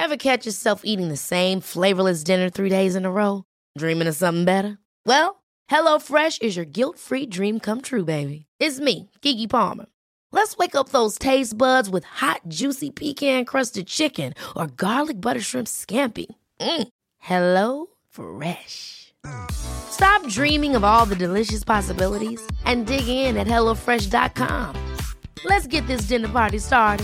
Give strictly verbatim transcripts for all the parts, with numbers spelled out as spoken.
Ever catch yourself eating the same flavorless dinner three days in a row? Dreaming of something better? Well, HelloFresh is your guilt-free dream come true, baby. It's me, Keke Palmer. Let's wake up those taste buds with hot, juicy pecan-crusted chicken or garlic butter shrimp scampi. Mm. Hello Fresh. Stop dreaming of all the delicious possibilities and dig in at hello fresh dot com. Let's get this dinner party started.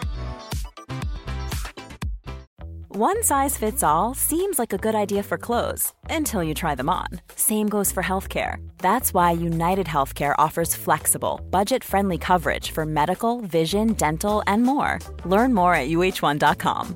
One size fits all seems like a good idea for clothes until you try them on. Same goes for healthcare. That's why United Healthcare offers flexible, budget-friendly coverage for medical, vision, dental, and more. Learn more at u h one dot com.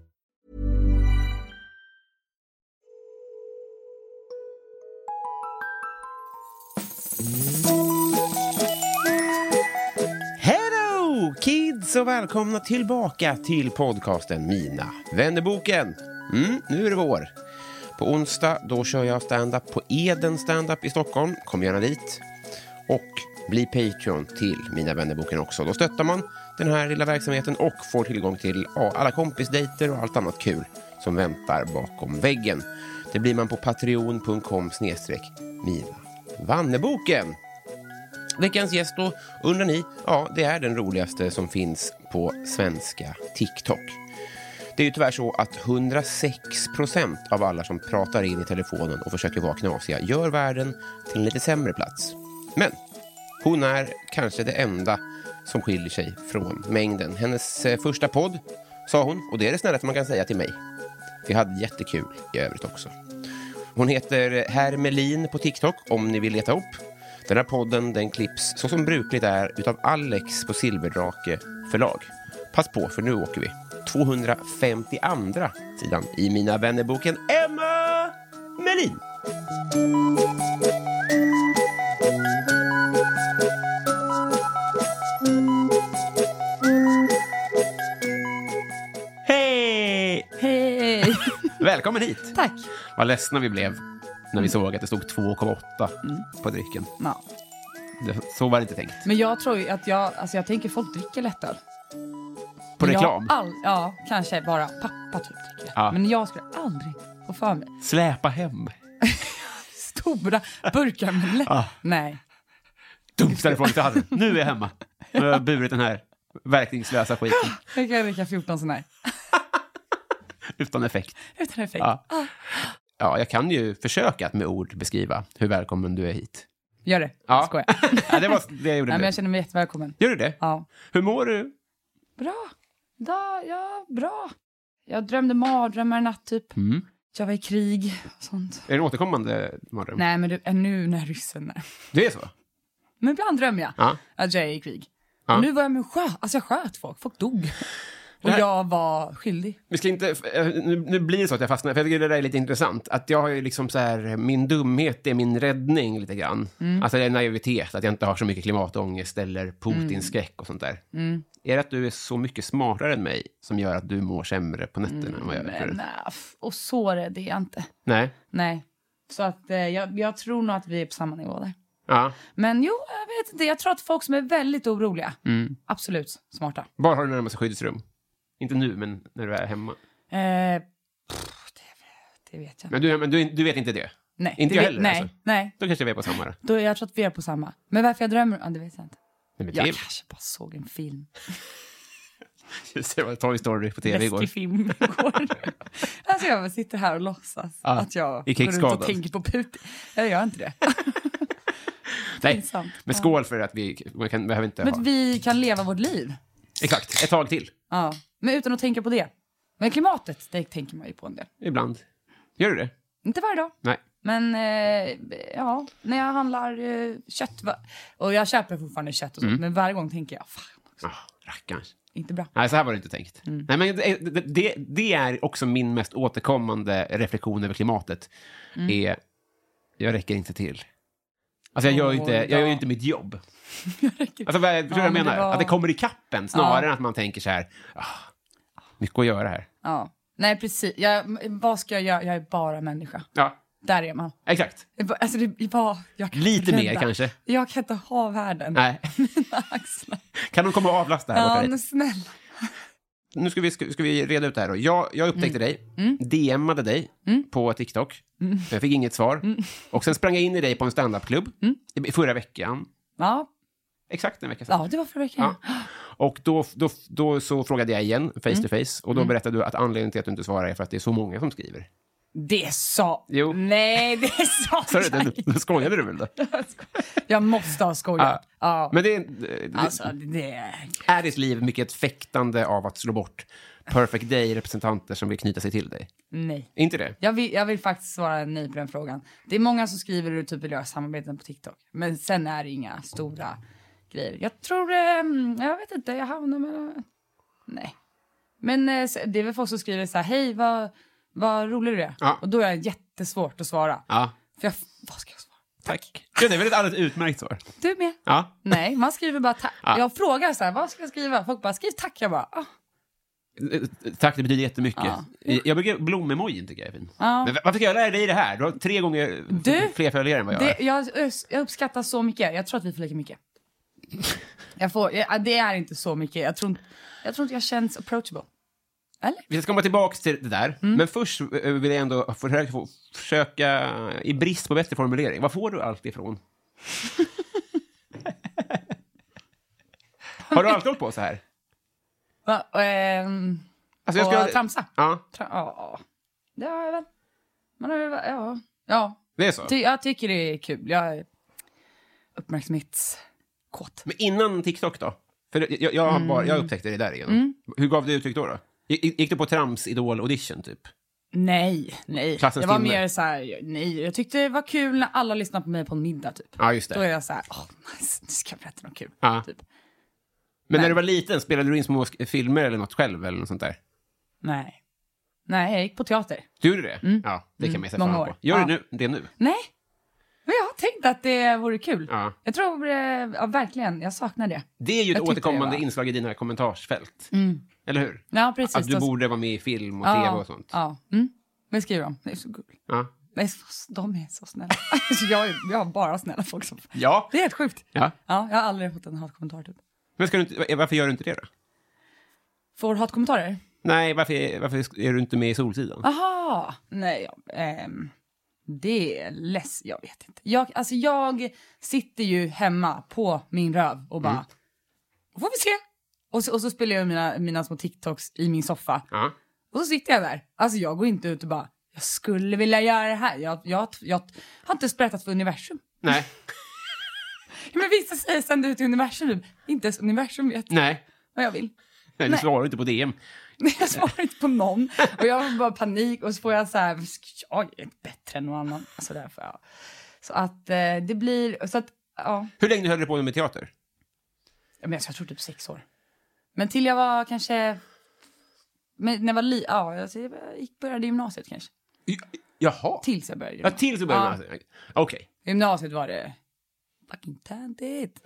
Hello kids och välkomna tillbaka till podcasten Mina vännerboken. Mm, nu är det vår. På onsdag då kör jag stand-up på Eden stand-up i Stockholm. Kom gärna dit. Och bli Patreon till Mina vännerboken också. Då stöttar man den här lilla verksamheten och får tillgång till ja, alla kompisdejter och allt annat kul som väntar bakom väggen. Det blir man på patreon punkt com snedstreck Mina vännerboken. Veckans gäst då, undrar ni, ja det är den roligaste som finns på svenska TikTok. Det är ju tyvärr så att hundrasex procent av alla som pratar in i telefonen och försöker vara knasiga gör världen till en lite sämre plats. Men hon är kanske det enda som skiljer sig från mängden. Hennes eh, första podd, sa hon, och det är det snällaste man kan säga till mig. Vi hade jättekul i övrigt också. Hon heter Hermelin på TikTok om ni vill leta upp. Den här podden den klipps så som brukligt är utav Alex på Silverdrake förlag. Pass på för nu åker vi. tvåhundrafemtioandra sidan i Mina vännerboken Emma Melin. Hej! Hej! Välkommen hit. Tack. Vad ledsna vi blev när vi såg att det stod två komma åtta mm. på drycken. Ja. Det, så var det inte tänkt. Men jag tror ju att jag, alltså jag tänker folk dricker lättare. På Men reklam? Jag all, ja, kanske bara pappa typ dricker. Ja. Men jag skulle aldrig få för mig. Släpa hem. Stora burkar med lätt. Ja. Nej. Dumt därifrån till hallen. Nu är jag hemma. Nu har jag burit den här verkningslösa skiten. Jag kan dricka fjorton sån här. Utan effekt. Utan effekt. Ja. Ja, jag kan ju försöka att med ord beskriva hur välkommen du är hit. Gör det. Ja. Skojar. Ja, det var det jag gjorde. Nej, men jag känner mig jättevälkommen. Gör du det? Ja. Hur mår du? Bra. Da, ja, bra. Jag drömde mardrömmar en natt typ. Mm. Jag var i krig och sånt. Är det en återkommande mardröm? Nej, men det är nu när ryssen är. Det är så? Men ibland drömmer jag ja. att jag är i krig. Ja. Och nu var jag med sjö. Alltså jag sköt folk. Folk dog. Och här, jag var skyldig. Vi ska inte, nu, nu blir det så att jag fastnar. För jag tycker det där är lite intressant. Att jag har ju liksom så här, min dumhet är min räddning lite grann. Mm. Alltså det är naivitet. Att jag inte har så mycket klimatångest eller Putin-skräck och sånt där. Mm. Är det att du är så mycket smartare än mig som gör att du mår sämre på nätterna mm, än vad jag gör? Nej, och så är det jag inte. Nej. Nej. Så att eh, jag, jag tror nog att vi är på samma nivå där. Ja. Men jo, jag vet inte. Jag tror att folk som är väldigt oroliga, mm. absolut smarta. Var har du närmaste skyddsrum? Inte nu, men när du är hemma. Eh, pff, det, det vet jag. Men du, men du, du vet inte det? Nej. Inte jag vet, heller nej, alltså. nej. Då kanske vi är på samma då. då. Jag tror att vi är på samma. Men varför jag drömmer, ja, det vet jag inte. Nej, jag det... kanske bara såg en film. Just det, var Toy Story på tv igår. Läskig film igår. Alltså jag sitter här och låtsas ja, att jag går runt och tänker på Putin. Jag gör inte det. Nej, men skål för att vi man kan, behöver inte men ha. vi kan leva vårt liv. Exakt, ett tag till. Ja, men utan att tänka på det. Men klimatet, det tänker man ju på en del. Ibland. Gör du det? Inte varje dag. Nej. Men eh, ja, när jag handlar eh, kött. Och jag köper fortfarande kött och sånt. Mm. Men varje gång tänker jag, fan också. Oh, rackarns. Inte bra. Nej, så här var det inte tänkt. Mm. Nej, men det, det, det är också min mest återkommande reflektion över klimatet. Mm. Är, jag räcker inte till. Alltså jag gör ju inte, jag gör inte mitt jobb. Alltså vad, ja, jag menar? Det var... Att det kommer i kappen snarare ja. än att man tänker så här, ah, mycket att göra här. Ja, nej precis. Jag, vad ska jag göra? Jag är bara människa. Ja. Där är man. Exakt. Alltså det var, jag kan lite rädda. mer kanske. Jag kan inte ha världen. Nej. Mina axlar. Kan de komma och avlasta här ja, borta? Ja, snälla. nu ska vi, ska, ska vi reda ut det här då. Jag, jag upptäckte Mm. dig, Mm. D M:ade dig Mm. på TikTok. Mm. Jag fick inget svar. Mm. Och sen sprang jag in i dig på en standupklubb Mm. i förra veckan. Ja. Exakt en vecka sedan. Ja, det var förra veckan. Ja. Och då, då, då så frågade jag igen, face Mm. to face. Och då Mm. berättade du att anledningen till att du inte svarar är för att det är så många som skriver. Det sa... Jo. Nej, det sa Så är det, nu skojade du väl då? Jag måste ha skojat. Ja. Ja. Men det, det, Alltså, det är... är ditt liv mycket ett fäktande av att slå bort Perfect Day-representanter som vill knyta sig till dig? Nej. Inte det? Jag vill, jag vill faktiskt svara nej på den frågan. Det är många som skriver och typ vill göra samarbeten på TikTok. Men sen är det inga stora grejer. Jag tror... Eh, jag vet inte, jag hamnar med... Nej. Men eh, det är väl folk som skriver så här, hej, vad, vad rolig du är. Ja. Och då är det jättesvårt att svara. Ja. För jag... Vad ska jag svara? Tack. Ja, det är väl ett alldeles utmärkt svar. Du med? Ja. Nej, man skriver bara tack. Ja. Jag frågar så här, vad ska jag skriva? Folk bara, skriv tack. Jag bara, ah. Tack, det betyder jättemycket. Ja. Jag brukar blommemojin tycker jag är fin. Ja. Men varför ska jag lära dig det här? Du har tre gånger Du, fler följare än vad jag det, har. jag, jag uppskattar så mycket. Jag tror att vi får lika mycket. Jag får, jag, det är inte så mycket. Jag tror, inte- jag tror inte jag känns approachable. Eller? Vi ska komma tillbaka till det där. Mm. Men först eh, vill jag ändå försöka, få- försöka, i brist på bättre formulering, vad får du allt ifrån? Har du alltid hållit på så här? Va, ehm, Alltså, jag och ska- tramsa? Ja, Tra, ja, det har jag väl. Man har väl, ja. Ja, det är så. Ty, jag tycker det är kul. Jag är uppmärksamhetskåt. Men innan TikTok då? För jag, jag, jag, har bara, jag upptäckte det där igen. Mm. Hur gav du uttryck då? då? Gick, gick du på Trams Idol audition typ? Nej, nej. Klassens Det var timme. mer så här, nej. Jag tyckte det var kul när alla lyssnade på mig på en middag typ. Ja, just Då det. är jag så här, åh, nice, nu ska jag berätta något kul. Ja. Typ. Men när Men- du var liten, spelade du in små sk- filmer eller något själv eller något sånt där? Nej. Nej, jag gick på teater. Du gjorde det? Mm. Ja, det kan Mm, man ju se många fram år. på. Gör Ja. du nu, det nu? Nej. Men jag har tänkt att det vore kul. Ja. Jag tror, eh, ja, verkligen, jag saknar det. Det är ju ett Jag tyckte återkommande det var- inslag i dina kommentarsfält. Mm. Eller hur? Ja, precis. Att du Och- borde vara med i film och ja, tv och sånt. Ja. Mm. Men skriver de. Det är så gulligt. Ja. De är så, de är så snälla. Alltså, jag, är- jag har bara snälla folk som... Ja. Det är helt sjukt. ja. Ja, jag har aldrig fått en hatkommentar typ. Men ska du inte, varför gör du inte det då? Får hatkommentarer? Nej, varför, varför är du inte med i Solsidan? Aha! Nej, ja, ehm, det är less. Jag vet inte. Jag, alltså jag sitter ju hemma på min röv och bara... Mm. Får vi se? Och så, och så spelar jag mina, mina små TikToks i min soffa. Ja. Och så sitter jag där. Alltså jag går inte ut och bara... Jag skulle vilja göra det här. Jag, jag, jag har inte berättat för universum. Nej. Men vissa säger sända ut i universum. Inte ens universum vet Nej. vad jag vill. Nej, du Nej. svarar inte på D M. Nej, jag svarar inte på någon. Och jag får bara panik. Och så får jag så här, jag är inte bättre än någon annan. Alltså därför, ja. Så att eh, det blir, så att, ja. Hur länge höll du på med teater? Men jag tror typ sex år. Men till jag var kanske, men när jag var li, ja, alltså, jag gick, började gymnasiet kanske. J- Jaha. Tills jag började Ja, gymnasiet. tills du började Ja. med det. Okej. Gymnasiet var det fucking töntigt.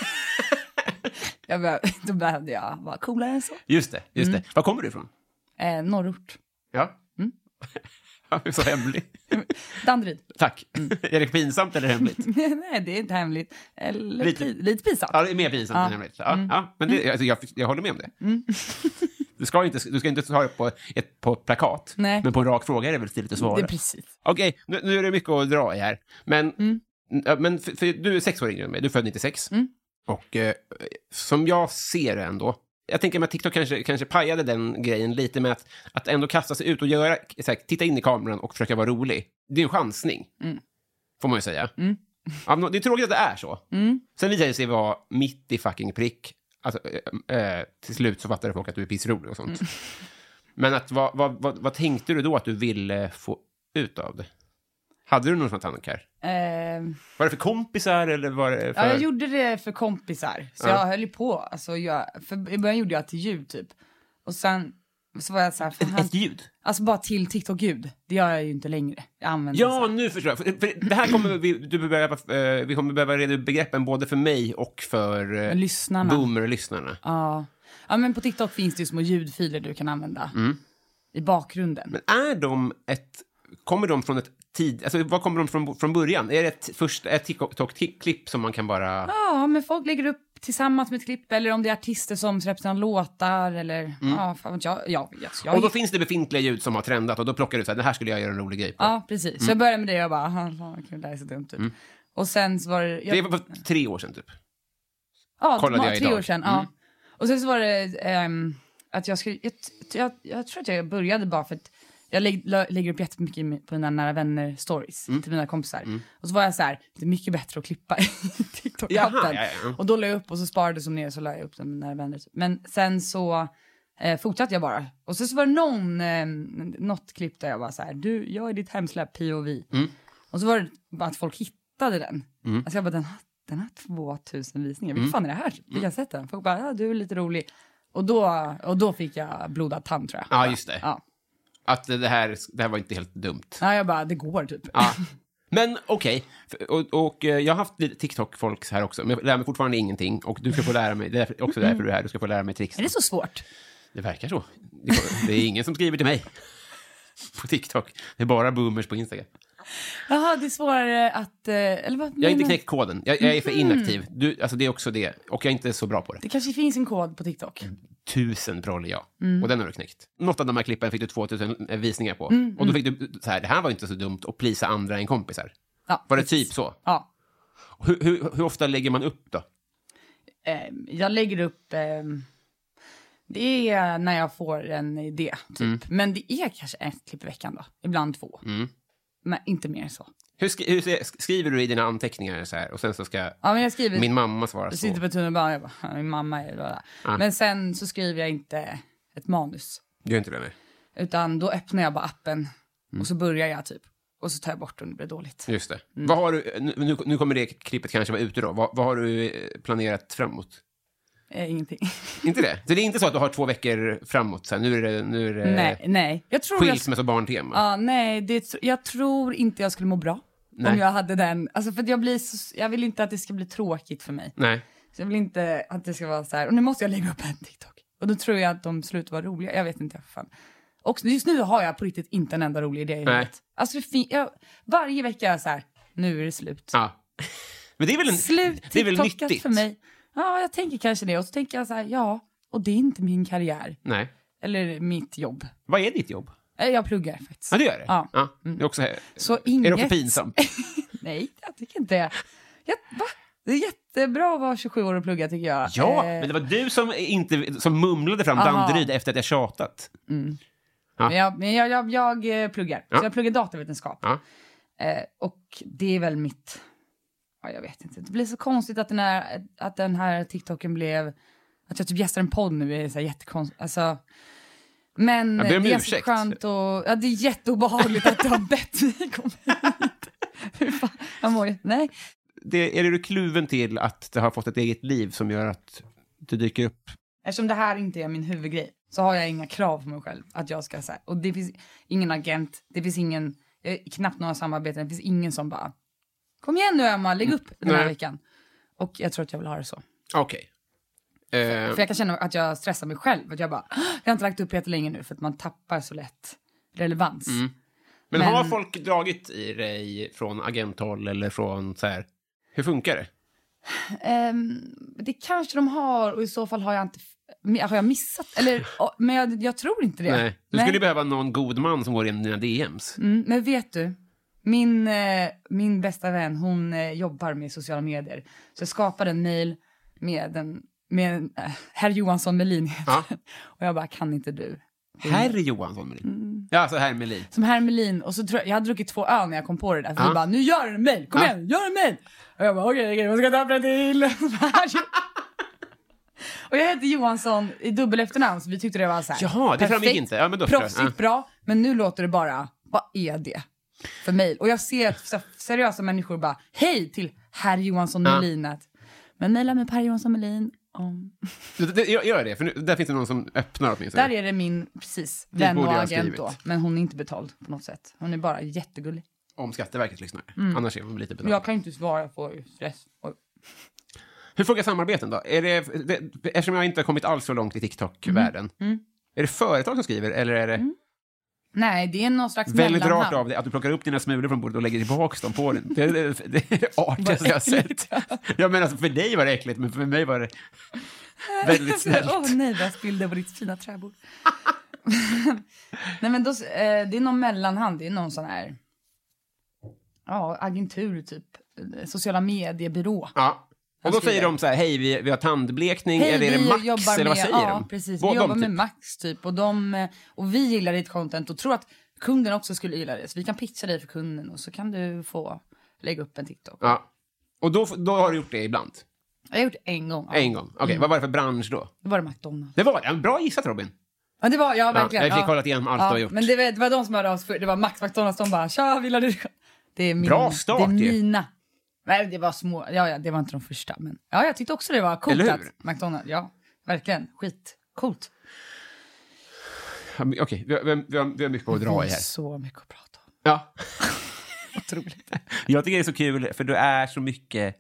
jag behövde, då behövde jag vara coolare än så. Just det, just Mm. det. Var kommer du ifrån? Eh, norrort. Ja. Mm. Ja, så hemlig. Danderyd. Tack. Är det pinsamt eller hemligt? Nej, det är inte hemligt. Eller Lite- lite, lite pinsamt. Ja, det är mer pinsamt Ja. än hemligt. Ja, Mm. ja, men det, alltså, jag, jag håller med om det. Mm. Du ska inte, du ska inte ta det på ett på ett plakat, Nej. men på en rak fråga är det väl stiligt att svara. Det är precis. Okej, nu, nu är det mycket att dra i här. Men, Mm. ja, men för, för du är sex år yngre än mig, du är född nittiosex. Mm. Och eh, som jag ser det ändå, jag tänker mig att TikTok kanske, kanske pajade den grejen lite med att, att ändå kasta sig ut och göra, så här, titta in i kameran och försöka vara rolig. Det är en chansning, Mm. får man ju säga. Mm. Ja, men det är tråkigt att det är så. Mm. Sen visar det sig vara mitt i fucking prick. Alltså, eh, eh, till slut så fattar folk att du är pissrolig och sånt. Mm. Men att, vad, vad, vad, vad tänkte du då att du ville få ut av det? Hade du någon sån tankar? Eh, Var det för kompisar eller var det för... ja, jag gjorde det för kompisar. Så Ja. jag höll ju på. Alltså, jag, för I början gjorde jag till ljud typ. Och sen så var jag så här... Fan, ett, ett ljud? alltså bara till TikTok-ljud. Det gör jag ju inte längre. Jag använder Ja, så här. nu förstår jag. För, för det här kommer vi, du behöva, eh, vi kommer behöva reda ut begreppen både för mig och för eh, Lyssnarna. boomer-lyssnarna. Ja. Ja, men på TikTok finns det ju små ljudfiler du kan använda. Mm. I bakgrunden. Men är de ett... Kommer de från ett tid... Alltså, vad kommer de från, från början? Är det ett, först ett TikTok-klipp som man kan bara... Ja, men folk lägger upp tillsammans med ett klipp, eller om det är artister som släpper sina låtar, eller mm. ja, fan, jag, jag, jag, jag, och då finns det befintliga ljud som har trendat, och då plockar du så här, det här skulle jag göra en rolig grej på. Ja, precis. Mm. Så jag började med det, och jag bara, fan vad kul, det är så dumt typ. Mm. Och sen så var det... Jag, det var tre år sedan typ. Ja, kollade jag tre idag. år sedan, mm. ja. Och sen så var det um, att jag skulle... Jag, jag, jag tror att jag började bara för att jag lägg, lägger upp jättemycket på mina nära vänner stories mm. till mina kompisar. Mm. Och så var jag så här, det är mycket bättre att klippa i TikTok-appen. Jaha, ja, ja. Och då la jag upp, och så sparade som ner, så la jag upp dem med nära vänner. Men sen så eh, fortsatte jag bara. Och så, så var det någon, eh, något klipp där jag var så här, du, jag är ditt hemsläpp P O V. Mm. Och så var det bara att folk hittade den. Mm. Alltså jag bara, den har, den har tvåtusen visningar. Mm. Vad fan är det här? Vilka har sett den? Folk bara, ja, du är lite rolig. Och då, och då fick jag blodad tand, tror jag. Ja, just det. Ja. Att det här, det här var inte helt dumt. Ja, jag bara, det går typ. Ja. Men okej, okay. och, och jag har haft lite TikTok-folks här också, men jag lär mig fortfarande ingenting. Och du ska få lära mig, det är också därför du är här, du ska få lära mig tricks. Är det så svårt? Det verkar så. Det är ingen som skriver till mig på TikTok. Det är bara boomers på Instagram. Jaha, det är svårare att... Eller vad, jag har inte knäckt koden. Jag, jag är för inaktiv. Du, alltså det är också det. Och jag är inte så bra på det. Det kanske finns en kod på TikTok. Tusen proll, ja. Mm. Och den har du knäckt. Något av de här klippen fick du tvåtusen visningar på. Mm, och då fick du så här, det här var inte så dumt att plisa andra än kompisar. Ja, var det precis. Typ så? Ja. Hur, hur, hur ofta lägger man upp då? Eh, jag lägger upp... Eh, det är när jag får en idé, typ. Mm. Men det är kanske ett klipp i veckan då. Ibland två. Mm. Men inte mer så. Hur, sk- hur skriver du i dina anteckningar så här? Och sen så ska ja, men jag skriver, min mamma svara så. Jag sitter på tunnelbanan, jag bara, min mamma är det. Ah. Men sen så skriver jag inte ett manus. Gör inte det, nej. Utan då öppnar jag bara appen. Mm. Och så börjar jag typ. Och så tar jag bort om det blir dåligt. Just det. Mm. Vad har du, nu, nu kommer det klippet kanske vara ute då. Vad, vad har du planerat framåt? Eh, ingenting. Inte det? Så det är inte så att du har två veckor framåt? Så här, nu är det, nu är det nej, nej. Jag tror skilsmässa och barntema. Ja, nej. Det, jag tror inte jag skulle må bra. Nej. Om jag hade den. Alltså för att jag blir så, jag vill inte att det ska bli tråkigt för mig. Nej. Så jag vill inte att det ska vara så här. Och nu måste jag lägga upp en TikTok. Och då tror jag att de slutar vara roliga. Jag vet inte. Jag fan. Och just nu har jag på riktigt inte en enda rolig idé i huvudet. Alltså fin- jag, varje vecka är jag så här. Nu är det slut. Ja. Men det är väl en, slut det är väl nyttigt för mig. Ja, jag tänker kanske det. Och så tänker jag så här, ja. Och det är inte min karriär. Nej. Eller mitt jobb. Vad är ditt jobb? Jag pluggar faktiskt. Ja, det gör det? Ja. Ja. Det är också, så inget... Är det också pinsamt? Nej, jag tycker inte det. Jag, va? Det är jättebra att vara tjugosju år och plugga, tycker jag. Ja, eh... men det var du som, inte, som mumlade fram Danderyd efter att jag tjatat. Mm. Ja. Men, jag, men jag, jag, jag pluggar. Ja. Så jag pluggar datavetenskap. Ja. Eh, och det är väl mitt... Ja, jag vet inte. Det blir så konstigt att den här, att den här TikToken blev... Att jag typ gästar en podd nu är så här jättekonstigt. Alltså... Men det är så skönt och... Ja, det är jätteobehagligt att du har bett mig komma hit. Hur fan? Jag mår ju... Nej. Det, är du kluven till att det har fått ett eget liv som gör att det dyker upp? Eftersom det här inte är min huvudgrej så har jag inga krav på mig själv att jag ska säga. Och det finns ingen agent, det finns ingen, knappt några samarbeten, det finns ingen som bara kom igen nu Emma, lägg upp den här Nej. veckan. Och jag tror att jag vill ha det så. Okej. Okay. För, för jag kan känna att jag stressar mig själv. Att jag bara, jag har inte lagt upp jättelänge nu för att man tappar så lätt relevans. Mm. Men, Men har folk dragit i dig från agenthåll eller från så här, hur funkar det? Um, det kanske de har och i så fall har jag inte har jag missat eller men jag, jag tror inte det. Nej. Du Nej. skulle behöva någon god man som går in i dina D Ms. Mm, men vet du, min eh, min bästa vän, hon eh, jobbar med sociala medier. Så jag skapade en mail med en med äh, herr Johansson Melin. Ja. Och jag bara, kan inte du? Herr Johansson Melin? Mm. Ja, så herr Melin. Som herr Melin. Och så tror jag, jag hade druckit två öl när jag kom på det där. Så ja. jag bara, nu gör en mail. Kom ja. igen, gör en mail. Och jag bara, okej, okay, okay, vad ska jag ta till? Och jag heter Johansson i dubbel efternamn. Så vi tyckte det var så här. Jaha, det framgick inte. Ja, men då proffsigt ja. bra. Men nu låter det bara, vad är det för mail? Och jag ser att seriösa människor bara, hej till herr Johansson ja. Melin. Men mejla med Per Johansson Melin. Om... Jag gör det, för nu, där finns det någon som öppnar åtminstone. Där är det min, precis, vän och agent då. Men hon är inte betald på något sätt. Hon är bara jättegullig. Om Skatteverket lyssnar. Mm. Annars är hon lite betald. Jag kan inte svara på stress. Oj. Hur funkar samarbeten då? Är det, det, eftersom jag inte har kommit alls så långt i TikTok-världen. Mm. Mm. Är det företag som skriver eller är det... Mm. Nej, det är någon slags Väldigt mellanhand. rart av dig att du plockar upp dina smulor från bordet och lägger tillbaka dem på den. Det är det, det, är det artigaste jag har sett. Jag menar, alltså, för dig var det äckligt, men för mig var det väldigt snällt. Åh oh, nej, jag spillde på ditt fina träbord. Nej, men då, eh, det är någon mellanhand. Det är någon sån här ja, agentur typ. Sociala mediebyrå. Ja. Och då säger de så här, hej, vi, vi har tandblekning, hej, eller är det Max, med, eller vad säger ja, de? Precis. Vad vi jobbar de, med typ? Max typ, och, de, och vi gillar ditt content och tror att kunden också skulle gilla det. Så vi kan pitcha dig för kunden och så kan du få lägga upp en TikTok. Ja. Och då, då har du gjort det ibland? Jag har gjort det en gång. Ja. En gång, okej. Okay. Mm. Vad var det för bransch då? Det var det McDonald's. Det var det, bra gissat Robin. Ja, det var, ja verkligen. Ja, jag fick ja. kollat igenom allt ja, du har gjort. Men det var, det var de som hörde oss för, det var Max McDonald's, de bara, tja, vill du? Det är min, bra start. Det är mina. Nej, det var små, ja, ja, det var inte de första. Men ja, jag tyckte också det var coolt att McDonald's, ja, verkligen, skit, coolt. Okej, okay, vi, vi, vi, vi har mycket att dra i här. Så mycket att prata om. Ja. Otroligt. Jag tycker det är så kul, för du är så mycket,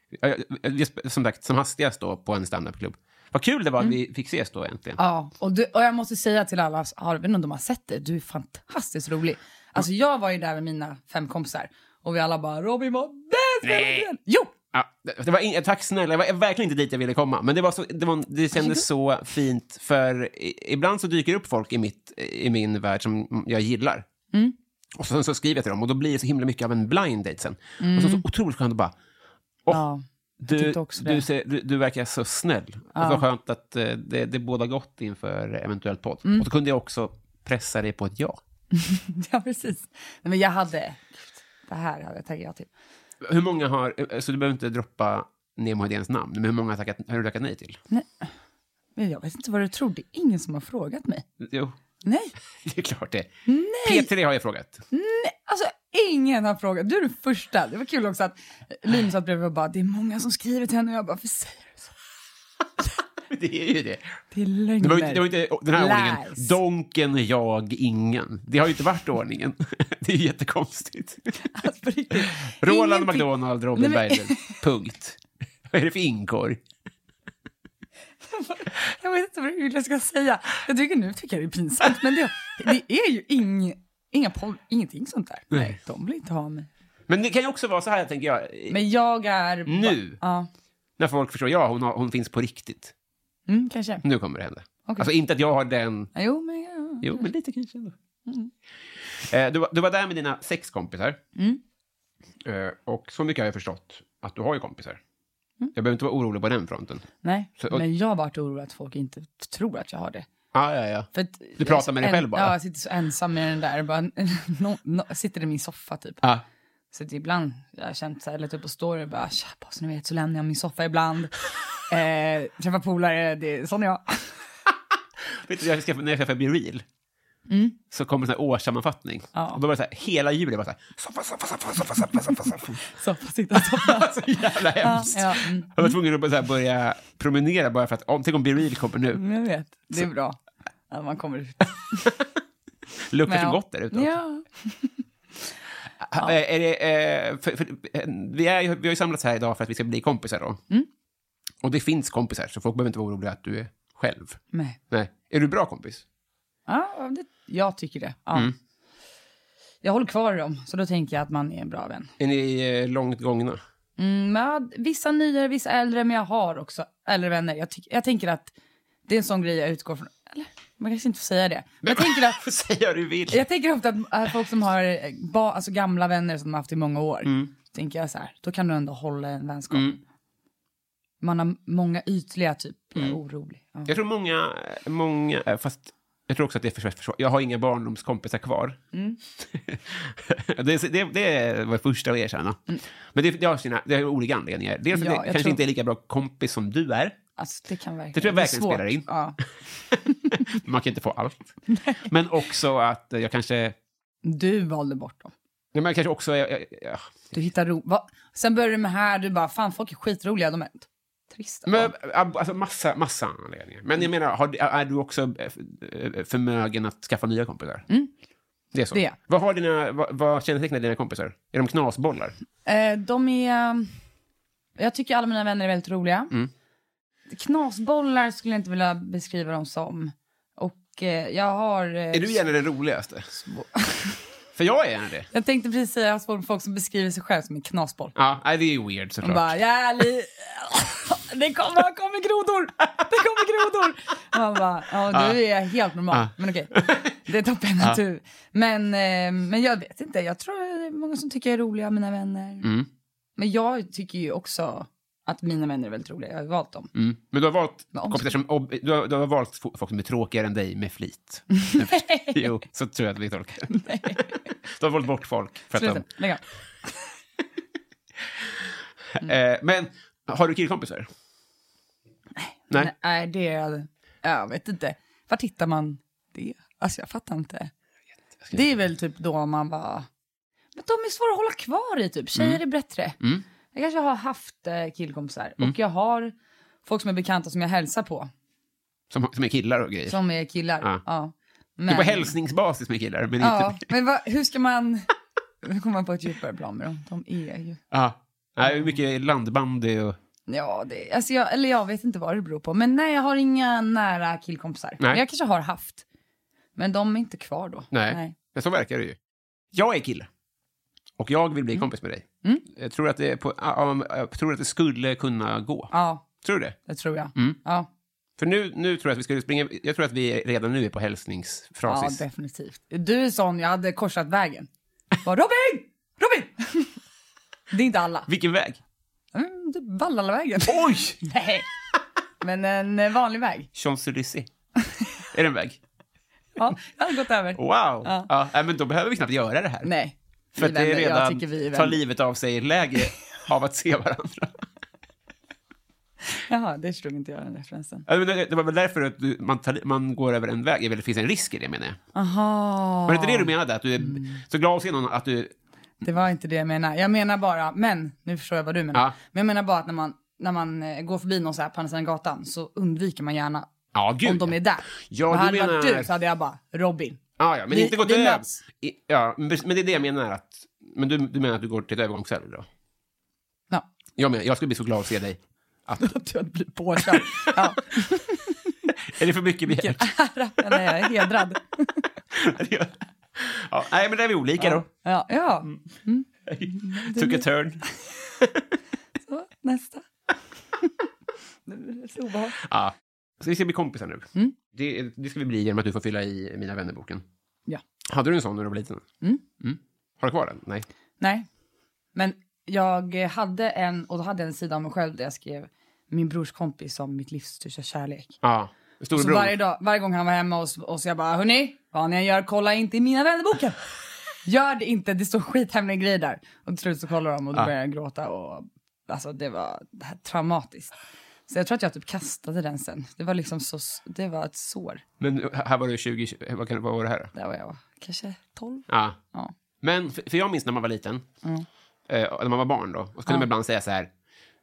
som sagt, som hastigast då på en standupklubb. Vad kul det var att mm. vi fick ses då egentligen. Ja, och, du, och jag måste säga till alla, jag vet inte om de har sett det, du är fantastiskt rolig. Alltså jag var ju där med mina fem kompisar och vi alla bara, Robin var bäst! Nej. Jo! Ja, det var in, tack snälla, jag var verkligen inte dit jag ville komma. Men det, var så, det, var, det kändes så fint, för i, ibland så dyker upp folk i, mitt, i min värld som jag gillar. Mm. Och så, så skriver jag till dem och då blir det så himla mycket av en blind date sen. Mm. Och så, så otroligt skönt att bara, åh, ja. Du, du, ser, du, du verkar så snäll. Ja. Och så skönt att uh, det, det båda gott inför eventuellt podd. Mm. Och så kunde jag också pressa dig på ett ja. Ja, precis. Nej, men jag hade... Det här hade jag tagit ja till. Hur många har... Så du behöver inte droppa Nemo Hedéns namn. Men hur många har, tackat, har du tackat nej till? Nej. Men jag vet inte vad du tror. Det är ingen som har frågat mig. Jo. Nej. Det är klart det. Nej. P tre har jag frågat. Nej, alltså ingen har frågat. Du är den första. Det var kul också att Linus satt bredvid och bara, det är många som skriver till henne och jag bara, för säger du så? Det är ju det. Det är lögner. Det var inte, det var inte den här Lies. Ordningen. Donken, jag, ingen. Det har ju inte varit ordningen. Det är ju jättekonstigt. Alltså, Roland McDonald, Robin men... Berglund. Punkt. Vad är det för inkorg? Jag vet inte vad jag ska säga. Jag tycker nu tycker jag det är pinsamt. Men det, det är ju ing, inga poll, ingenting sånt där. Nej. Nej, de vill inte ha mig. Men det kan ju också vara så här, tänker jag. Men jag är... Nu. Ja. När folk förstår, ja, hon, har, hon finns på riktigt. Mm, kanske. Nu kommer det hända. Okay. Alltså inte att jag har den... Ja, jo, men... Ja, jo, men lite kanske ändå. Mm. Eh, du, du var där med dina sex kompisar. Mm. Eh, och så mycket har jag förstått att du har ju kompisar. Mm. Jag behöver inte vara orolig på den fronten. Nej, så, och... men jag har varit orolig att folk inte tror att jag har det. Ah, ja, ja. För att, du pratar med dig en, själv bara? Ja, jag sitter så ensam med den där. Bara, no, no, sitter i min soffa typ. Ah. Så att ibland, jag har känt så här, lite upp på story, bara, tja, så ni vet, så lämnar jag min soffa ibland. eh, träffa polare, det är sån jag. Vet du, jag ska, när jag ska bli real, mm. så kommer en sån här årssammanfattning. Ja. Och då var det så här, hela julen var så här, soffa, soffa, soffa, soffa, soffa, soffa, soffa. Soffa, sitta, soffa. Så jävla hemskt. Ja, ja. Mm. Jag var tvungen att så här börja promenera bara för att, om, tänk om Be Real kommer nu. Jag vet, det är så. Bra att man kommer ut. Luktar så gott där ute också. Ja. Ja. Är det, för, för, vi, är, vi har ju samlats här idag för att vi ska bli kompisar då. Mm. Och det finns kompisar, så folk behöver inte vara oroliga att du är själv. Nej. Nej. Är du bra kompis? Ja, det, jag tycker det. Ja. Mm. Jag håller kvar dem, så då tänker jag att man är en bra vän. Är ni eh, långt gångna? Mm, men vissa nyare, vissa äldre, men jag har också äldre vänner. Jag, tyck, jag tänker att det är en sån grej jag utgår från. Eller, man kanske inte får säga det. Men jag tänker att, säga du vill. Jag tänker ofta att, att folk som har ba, alltså gamla vänner som de har haft i många år. Mm. Tänker jag så här, då kan du ändå hålla en vänskap. Mm. Man har många ytliga typ, jag är mm. orolig. Ja. Jag tror många, många, fast jag tror också att det är för, för jag har inga barndomskompisar kvar. Mm. det, det, det var första att erkänna. Mm. Men det, det, har sina, det har olika anledningar. Dels att ja, det kanske tror... inte är lika bra kompis som du är. Alltså, det kan verkligen, det tror jag verkligen spelar in. Ja. Man kan inte få allt. Men också att jag kanske... Du valde bort dem. Ja, men kanske också... Jag, jag, jag... Du hittar ro... Va? Sen börjar du med här, du bara, fan, folk är skitroliga, de är trista. Men, alltså massa, massa anledningar. Men jag menar, har, är du också förmögen att skaffa nya kompisar? Mm. Det är så. Det. Vad, har dina, vad, vad kännetecknar dina kompisar? Är de knasbollar? Eh, de är... Jag tycker alla mina vänner är väldigt roliga. Mm. Knasbollar skulle jag inte vilja beskriva dem som. Och eh, jag har... Eh, Är du gärna den roligaste? För jag är gärna det. Jag tänkte precis säga att folk som beskriver sig själv som en knasboll. Ja, nej, det är ju weird såklart. De bara, jävligt... Det kommer, kommer grodor! Det kommer grodor! Man bara, ja, du är helt normal. Ah. Men okej, det är toppen natur. Ah. Men, eh, men jag vet inte, jag tror det är många som tycker jag är roliga, mina vänner. Mm. Men jag tycker ju också att mina vänner är väldigt roliga. Jag har valt dem. Mm. Men du har valt kompisar som, du har, du har valt folk som är tråkigare än dig med flit. Jo, så tror jag att vi tolkar. Nej. Du har valt bort folk. För att de... Lägg av. Mm. Men har du killkompisar? Nej. Nej. Nej, det är... Jag vet inte. Var hittar man det? Alltså jag fattar inte. Det är väl typ då man bara... Men de är svåra att hålla kvar i typ. Tjejer mm. är bättre. Mm. Jag kanske har haft eh, killkompisar. Mm. Och jag har folk som är bekanta som jag hälsar på. Som, som är killar och grejer? Som är killar, ja. ja. Men... Det är på hälsningsbasis med killar. Men ja, inte... men va, hur ska man... Hur kommer man på ett djupare plan med dem? De är ju... Ja, det är mycket landbandy och... Ja, det, alltså jag, eller jag vet inte vad det beror på. Men nej, jag har inga nära killkompisar. Men jag kanske har haft. Men de är inte kvar då. Nej, nej. Men så verkar det ju. Jag är kille. Och jag vill bli mm. kompis med dig. Mm. Jag, tror att det på, jag tror att det skulle kunna gå. Ja. Tror du det? Det tror jag. Mm. Ja. För nu, nu tror jag att vi skulle springa... Jag tror att vi redan nu är på hälsningsfrasis. Ja, definitivt. Du är sån, jag hade korsat vägen. Bara, Robin! Robin! Det är inte alla. Vilken väg? Mm, typ Vallalavägen. Oj! Nej. Men en vanlig väg. Champs-Élysées. Är det en väg? Ja, jag har gått över. Wow. Ja. Ja, men då behöver vi knappt göra det här. Nej. För att det är redan tar livet av sig läge av att se varandra. Jaha, det förstod inte jag den referensen. Ja, men det, det var väl därför att du, man, tar, man går över en väg. Det finns en risk i det, menar jag. Aha. Var det inte det du menade? Att du är mm. så glad att se någon att du... Det var inte det jag menar. Jag menar bara, men nu förstår jag vad du menar. Ja. Men jag menar bara att när man, när man går förbi någon så här på andra sidan gatan så undviker man gärna ja, gud. om de är där. Ja, och du hade menar... varit du så hade jag bara, Robin. Ja, ja, men vi, inte gått över. Ja, men det är det jag menar att... Men du, du menar att du går till ett övergångsställe då? Ja. Jag menar, jag skulle bli så glad att se dig. Att, att du hade blivit påkörd. Ja. Är det för mycket begärt? Vilken ära. Nej, jag är hedrad. Ja, nej, men det är vi olika ja. då. Ja, ja. Mm. Took a turn. Så, nästa. Det är så obehag. Ja, så vi ska bli kompisar nu. Mm. Det, det ska vi bli genom att du får fylla i Mina vännerboken. Ja. Hade du en sån när du var liten? Mm. Mm. Har du kvar den? Nej. Nej, men jag hade en, och då hade jag en sida om mig själv där jag skrev min brors kompis som mitt livs största kärlek. Ja, så varje dag, varje gång han var hemma och, och så jag bara, hörni, vad ni gör, kolla inte i Mina vännerboken. Gör det inte, det står skithemliga grejer där. Och till slut så kollar de och då ja. börjar jag gråta och alltså det var det här traumatiskt. Så jag tror att jag typ kastade den sen. Det var liksom så, det var ett sår. Men här var du tjugo, vad, kan, vad var det här? Där var jag, kanske tolv. Ja. Ja. Men, för, för jag minns när man var liten, mm. eh, när man var barn då, och så kunde ja. man ibland säga så här,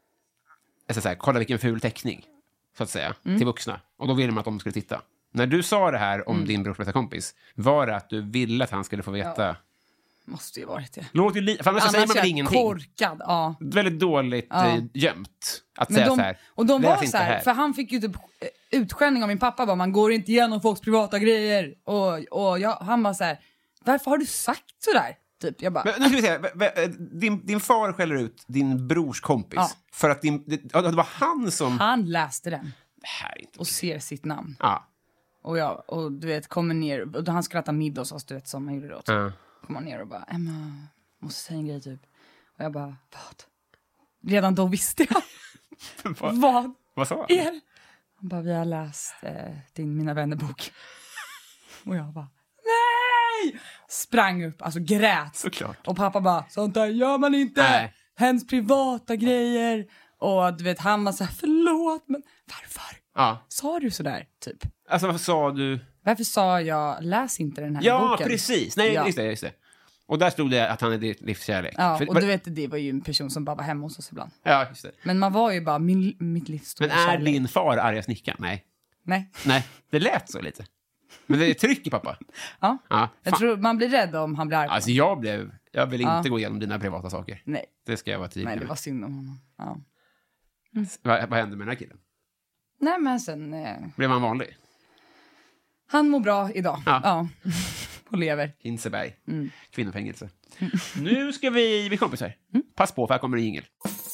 så här, kolla vilken ful teckning, så att säga, mm. till vuxna. Och då ville man att de skulle titta. När du sa det här om mm. din brors bästa kompis, var det att du ville att han skulle få veta... Ja. Måste ju varit det. Låter ju li- för annars, annars säger man väl ingenting. Korkad, ja. Väldigt dåligt ja. eh, gömt att men säga de, så här. Och de var så här, här, för han fick ju typ utskällning av min pappa, bara, man går inte igenom folks privata grejer. Och, och jag, han var så här, varför har du sagt så där? Typ, jag bara... Men, nu ska vi säga, din, din far skäller ut din brors kompis. Ja. För att din, det, det var han som... Han läste den. Det här är inte och ser sitt namn. Ja. Och jag, och du vet, kommer ner, och han skulle äta middag hos oss, du vet, som han gjorde då. Typ. Ja. Kommer ner och bara, Emma, måste säga en grej typ. Och jag bara, vad? Redan då visste jag. vad? Vad? Vad sa han? Er? Han bara, vi har läst eh, din Mina vännerbok. Och jag bara, nej! Sprang upp, alltså grät. Såklart. Och pappa bara, sånt där gör man inte. Nej. Hens privata grejer. Och du vet, han var så här, förlåt, men varför? Ja. Sa du så där, typ? Alltså, vad sa du? Varför sa jag, läs inte den här ja, boken? Ja, precis. Nej, ja. Just, det, just det. Och där stod det att han är ditt livskärlek. Ja, För, och var... du vet, det var ju en person som bara var hemma hos oss ibland. Ja, just det. Men man var ju bara, min, mitt livs stora Men är kärlek. din far arga snickaren? Nej. Nej. Nej, det lät så lite. Men det är tryck i pappa. Ja, ja jag tror man blir rädd om han blir arg. Alltså jag blev, jag vill inte ja. gå igenom dina privata saker. Nej. Det ska jag vara tydlig med. Nej, det var synd om honom. Ja. Mm. Vad, vad hände med den här killen? Nej, men sen... Eh... Blev han vanlig? Han mår bra idag. Ja. Ja. Och lever. Hinseberg. Mm. Kvinnofängelse. Mm. Nu ska vi bli kompisar. Mm. Pass på, för här kommer det jingel.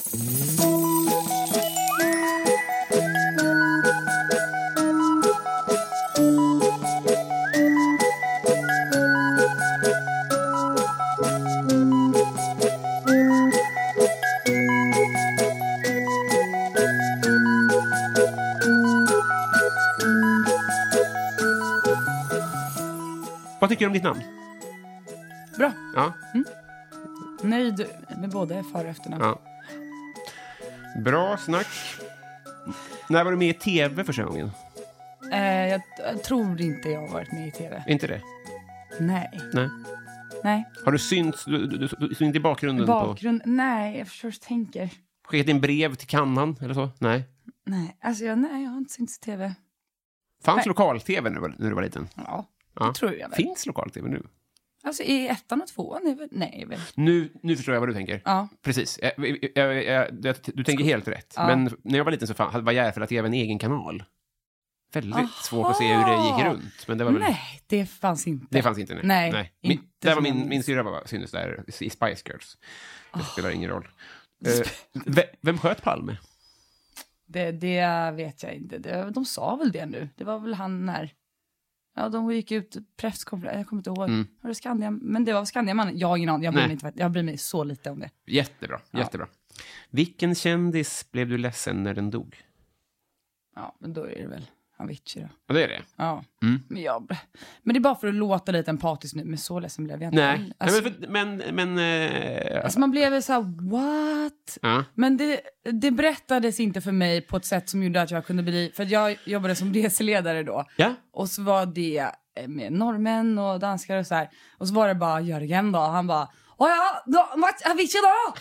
Vad tycker du om ditt namn? Bra. Ja. Mm. Nöjd med både för- och efternamn. Ja. Bra snack. När var du med i tv första gången? Eh, jag, jag tror inte jag har varit med i tv. Inte det? Nej. Nej. Nej. Har du synts du, du, du, du synt i bakgrunden? Bakgrund? På... Nej, jag förstås tänker. Skickat in brev till kannan eller så? Nej. Nej, alltså jag, nej, jag har inte synts i tv. Fanns Nej. lokal-tv när, när du var liten? Ja, Ja. det tror jag väl. Finns lokal-tv nu? Alltså i ettan och tvåan är väl, nej väl. Nu, nu förstår jag vad du tänker. Ja. Precis. Jag, jag, jag, jag, du tänker helt rätt. Ja. Men när jag var liten så fan, var Järfälla T V en egen kanal. Väldigt Aha. svårt att se hur det gick runt. Men det var väl... Nej, det fanns inte. Det fanns inte. Nej. Nej, nej. Min, inte där var som min, jag min syrra var, syntes där i Spice Girls. Det spelar ingen roll. Uh, vem, vem sköt Palme? Det, det vet jag inte. Det, de sa väl det nu. Det var väl han när... Ja, de gick ut presskonferens. Jag kommer inte ihåg. Mm. Var det Skandia? Men det var Skandiamannen. Jag har ingen aning. Jag bryr, mig inte, jag bryr mig så lite om det. Jättebra, ja. jättebra. Vilken kändis blev du ledsen när den dog? Ja, men då är det väl Avicii då. Ja, det är det. Ja. Mm. Men, jag, men det är bara för att låta lite empatisk nu. Men så ledsen blev jag inte. Nej, alltså, Nej men... men, men äh... alltså man blev så här, what? Ja. Men det, det berättades inte för mig på ett sätt som gjorde att jag kunde bli... För jag jobbade som reseledare då. Ja. Och så var det med norrmän och danskar och så här. Och så var det bara Jörgen då. Han bara, åh ja, då, vad, Avicii då?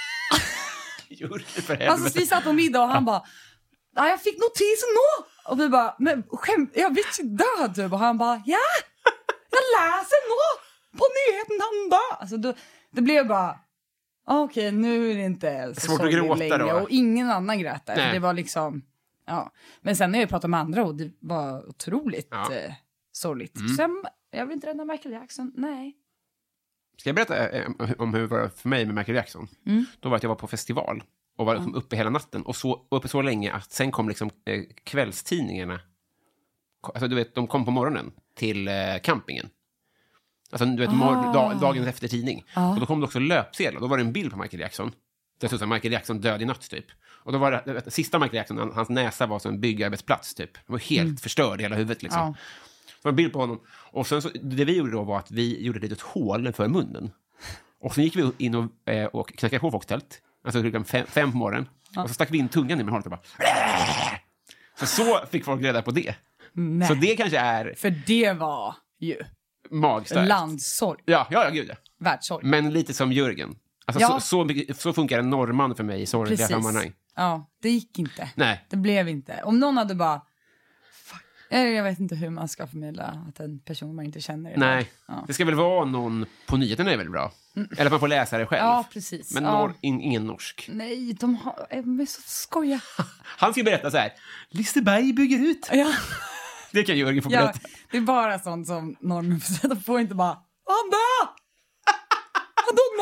Jörgen, för helvete. Alltså vi satt på middag och han bara, ja, jag fick notisen nu. Och vi bara, men skämt, jag vet inte död typ. Och han bara, ja, jag läser nu på nyheten han dör. Alltså då, det blev bara, okej, okay, nu är det inte så svårt att gråta längre. då. Och ingen annan grät där. Nej. Det var liksom, ja. Men sen när jag pratade med andra och det var otroligt ja. eh, sorgligt. Mm. Sen, jag vill inte rädda Michael Jackson, nej. Ska jag berätta eh, om hur det var för mig med Michael Jackson? Mm. Då var det att jag var på festival. Och var liksom uppe hela natten. Och så, uppe så länge att sen kom liksom eh, kvällstidningarna. Alltså du vet, de kom på morgonen till eh, campingen. Alltså du vet, ah. mor- dag, dagens efter tidning. Ah. Och då kom det också löpsedlar. Då var det en bild på Michael Jackson. Det stod så Michael Jackson död i natt typ. Och då var det, det sista Michael Jackson, hans näsa var som en byggarbetsplats typ. Han var helt mm. förstörd i hela huvudet liksom. Ah. Det var en bild på honom. Och sen så, det vi gjorde då var att vi gjorde ett litet hål för munnen. Och sen gick vi in och, eh, och knackade på folks tält. Alltså klockan fem, fem på morgonen. Ja. Och så stack vi in tungan i med hållet och bara... Så så fick folk reda på det. Nej. Så det kanske är... För det var ju... Magstarkt. Landssorg. Ja, ja, ja, gud ja. Världssorg. Men lite som Jörgen. Alltså ja. så, så, så funkar en norrman för mig i sorgliga sammanhang. Ja, det gick inte. Nej. Det blev inte. Om någon hade bara... Jag vet inte hur man ska förmedla att en person man inte känner är. Nej, ja. Det ska väl vara någon på nyheten är väl bra. Mm. Eller man får läsa det själv. Ja, precis. Men ja. Norr, in, ingen norsk. Nej, de, har, de är så skoja. Han ska berätta så här. Liseberg bygger ut. Ja. Det kan Jörgen få berätta. Ja, det är bara sånt som normen får säga. De får inte bara, han dör! Han dog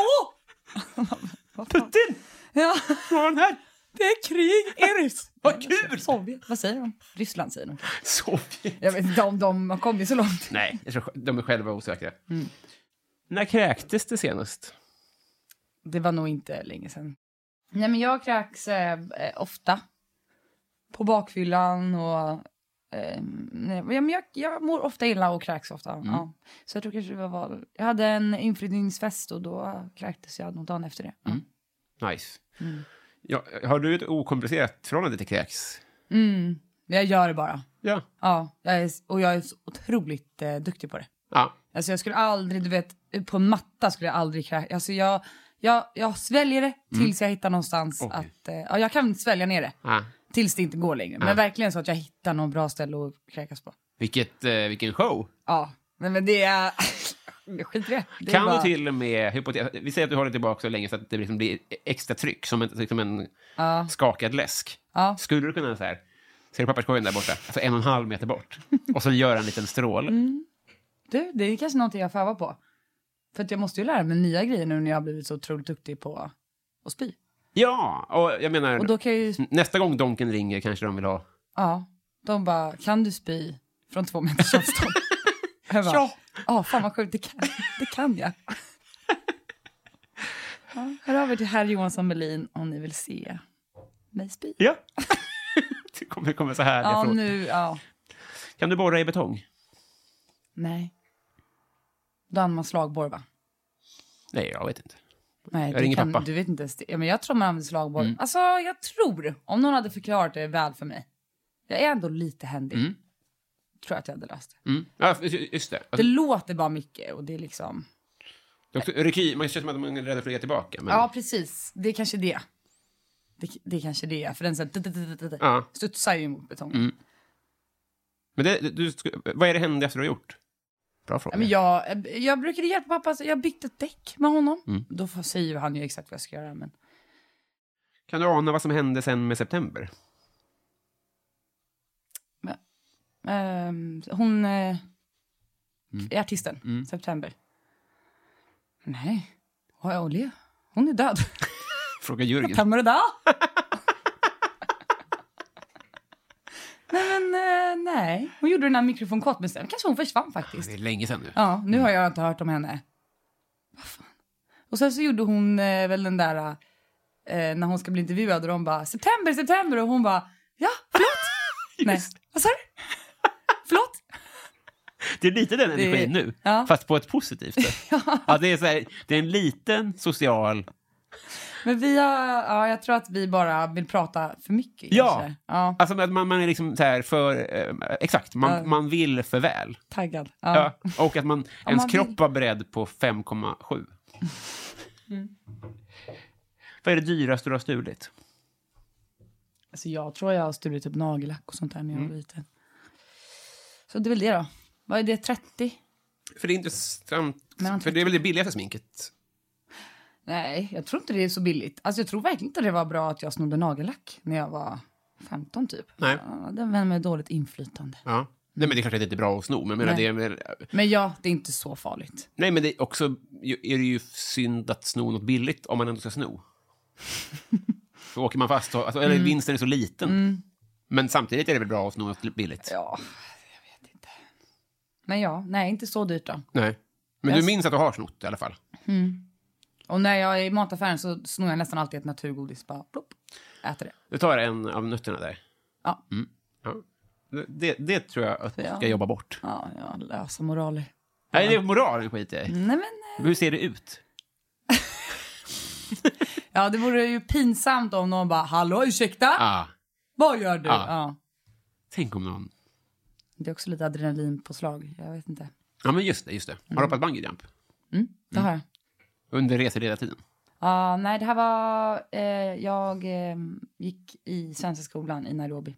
nå! Putin! Ja. Var han här? Det är krig, Eris. Vad kul! Sovjet, vad säger de? Ryssland säger de. Sovjet. Jag vet inte om de har kommit så långt. Nej, jag tror de är själva osäkra. Mm. När kräktes det senast? Det var nog inte länge sedan. Nej, men jag kräks eh, ofta. På bakfyllan och... Eh, nej, men jag, jag mår ofta illa och kräks ofta. Mm. Ja. Så jag tror kanske det var... Jag hade en inflyttningsfest och då kräktes jag någon dag efter det. Ja. Mm. Nice. Mm. Ja, har du ett okomplicerat förhållande till kräks? Mm, jag gör det bara. Ja. Ja, jag är, och jag är så otroligt eh, duktig på det. Ja. Alltså jag skulle aldrig, du vet, på en matta skulle jag aldrig kräka. Alltså jag, jag, jag sväljer det tills mm. jag hittar någonstans okay. att... Eh, ja, jag kan svälja ner det. Ja. Tills det inte går längre. Ja. Men verkligen så att jag hittar någon bra ställe att kräkas på. Vilket, eh, vilken show. Ja, men, men det är... Skit det. det kan bara... du till och med, hypotes- vi säger att du håller tillbaka så länge så att det liksom blir extra tryck som en, liksom en ja. skakad läsk. Ja. Skulle du kunna så här, Ser du papperskorgen där borta? Alltså en och en halv meter bort. Och så gör en liten strål. Mm. Du, det är kanske någonting jag får öva på. För att jag måste ju lära mig nya grejer nu när jag har blivit så otroligt duktig på att spy. Ja, och jag menar... Och då kan jag ju... Nästa gång Donken ringer kanske de vill ha... Ja, de bara, kan du spy från två meters avstånd? Jag bara, ja. Ja, fan vad sjukt, det kan, det kan jag. Ja, hör av er till herr Johansson Melin om ni vill se mig spy. Ja. Det kommer, kommer så här. Ja, nu, ja. Kan du borra i betong? Nej. Då använder man slagborr, va? Nej, jag vet inte. Nej, jag ringer kan, pappa. Du vet inte ens det. Ja, men jag tror man använder slagborr. Mm. Alltså, jag tror, om någon hade förklarat det väl för mig. Jag är ändå lite händig. Mm. Tror att jag hade löst det. Mm. Ja, just det. Alltså, det låter bara mycket och det är liksom... Reky, man känns som att man är rädd för att ge tillbaka. Men... Ja, precis. Det är kanske det. Det, det är kanske det. För den så här, ja. studsar ju mot betongen. Mm. Men det, du, vad är det händigaste du har gjort? Bra fråga. Men jag, jag brukade hjälpa pappa. Så jag bytte ett däck med honom. Mm. Då säger han ju exakt vad jag ska göra. Men... Kan du ana vad som hände sen med september? Men, um, hon uh, mm. är artisten. Mm. September. Nej. Olja. Hon är död. Fråga Jürgen. Vad kommer det då? nej, men uh, nej. Hon gjorde den här mikrofonkort med stäm. Kanske hon försvann faktiskt. Det är länge sedan nu. Ja, nu har jag inte hört om henne. Vad fan. Och sen så gjorde hon uh, väl den där... Uh, när hon ska bli intervjuad och de bara... September, september. Och hon bara... Ja, förlåt. Nej. Vad sa du? Förlåt. Det är lite den energin det, nu. Ja. Fast på ett positivt sätt. ja. Ja, det, är så här, det är en liten social... Men vi har... Ja, jag tror att vi bara vill prata för mycket. Ja. ja. Alltså man, man är liksom så här för... Eh, exakt. Man, ja. man vill för väl. Taggad. Ja. Ja. Och att man... Ja, ens man kropp vill... var beredd på fem komma sju. Mm. Vad är det dyraste du har stulit? Alltså jag tror jag har stulit typ nagellack och sånt där när jag var mm. liten. Så det är väl det då. Vad är det, trettio? För det är intressant. För det är väl det billigaste sminket? Nej, jag tror inte det är så billigt. Alltså jag tror verkligen inte det var bra att jag snodde nagellack när jag var femton typ. Nej. Ja, det var med dåligt inflytande. Ja. Nej, men det är kanske inte bra att sno. Men, menar, det är väl... men ja, det är inte så farligt. Nej, men det är också är det ju synd att sno något billigt om man ändå ska sno. Så åker man fast. Och, alltså, eller mm. vinsten är så liten. Mm. Men samtidigt är det väl bra att sno något billigt. Ja, jag vet inte. Men ja, nej, inte så dyrt då. Nej, men jag... du minns att du har snott i alla fall. Mm. Och när jag är i mataffären så snor jag nästan alltid ett naturgodis. Bara plopp, äter det. Du tar en av nötterna där? Ja. Mm. Ja. Det, det tror jag att du ska jobba bort. Ja, ja, lösa moraler. Nej, det är moralen skit i. Nej, men... Hur ser det ut? ja, det vore ju pinsamt om någon bara, hallå, ursäkta? Ah. Vad gör du? Ah. Ja. Tänk om någon... Det är också lite adrenalin på slag, jag vet inte. Ja, men just det, just det. Har du hoppat bungee jump? Mm, det mm. har jag. Under reseledar-tiden? Ja, uh, nej, det här var... Eh, jag eh, gick i svenska skolan i Nairobi.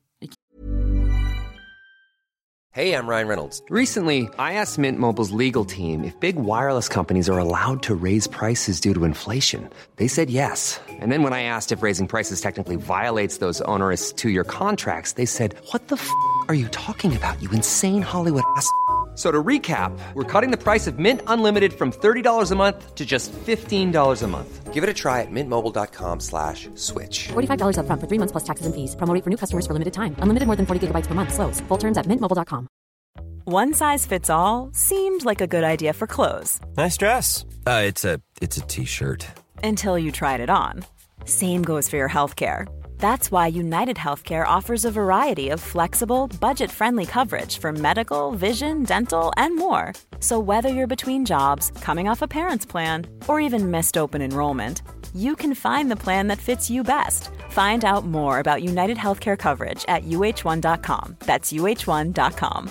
Hey, I'm Ryan Reynolds. Recently, I asked Mint Mobile's legal team if big wireless companies are allowed to raise prices due to inflation. They said yes. And then when I asked if raising prices technically violates those onerous two-year contracts, they said, what the f*** are you talking about, you insane Hollywood ass f- So to recap, we're cutting the price of Mint Unlimited from thirty dollars a month to just fifteen dollars a month. Give it a try at mintmobile.com slash switch. forty-five dollars up front for three months plus taxes and fees. Promo rate for new customers for limited time. Unlimited more than forty gigabytes per month. Slows full terms at mint mobile dot com. One size fits all seemed like a good idea for clothes. Nice dress. Uh, it's a it's a t-shirt. Until you tried it on. Same goes for your healthcare. That's why United Healthcare offers a variety of flexible, budget-friendly coverage for medical, vision, dental, and more. So whether you're between jobs, coming off a parent's plan, or even missed open enrollment, you can find the plan that fits you best. Find out more about United Healthcare coverage at u h one dot com. That's u h one dot com.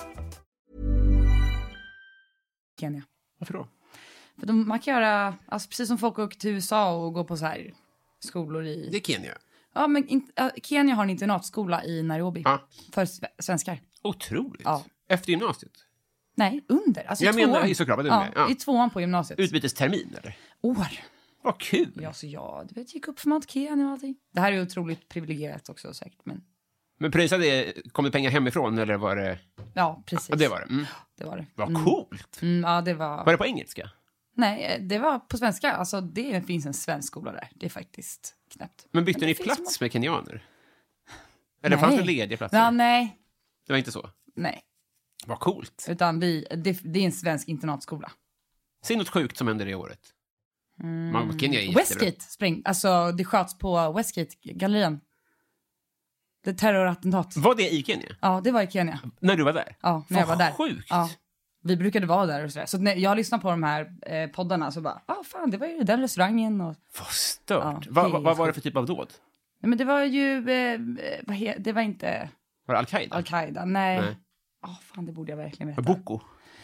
Kenya. Varför då? För de, man kan göra, alltså precis som folk åker till U S A och går på så här skolor i... Det är Kenya. Ja, men in, uh, Kenya har en internatskola i Nairobi. Ja. För svenskar. Otroligt. Ja. Efter gymnasiet? Nej, under. Alltså jag i menar i såklart. Ja, ja. I tvåan på gymnasiet. Utbytestermin, eller? År. Vad kul. Ja, så ja, du vet, gick upp för Mount Kenya och allting. Det här är otroligt privilegierat också säkert, men... Men pröjsade, kom det pengar hemifrån eller var det... Ja, precis. Ja, det var det. Mm. Det var det. Vad Mm. coolt. Mm, ja, det var... Var det på engelska? Nej, det var på svenska. Alltså, det finns en svensk skola där. Det är faktiskt knäppt. Men bytte Men ni det plats finns med kenyaner? Eller Nej. fanns det lediga platser? Ja, nej. Det var inte så? Nej. Vad coolt. Utan vi, det, det är en svensk internatskola. Se något sjukt som händer det året. Mm. Kenya är jättebra. Westgate spräng. Alltså, det sköts på Westgate-gallerian. Det är terrorattentat. Var det i Kenya? Ja, det var i Kenya. När du var där? Ja, när Vad jag var där. sjukt. Ja. Vi brukade vara där och sådär. Så när jag lyssnade på de här eh, poddarna så bara, ja ah, fan, det var ju den restaurangen. Och... Vad stört. Ja, vad, vad, vad var det sjukt. för typ av dåd? Nej, men det var ju, eh, vad he- det var inte Var det Al-Qaida? Al-Qaida. Nej. Nej. Ja, fan, det borde jag verkligen veta. Boko?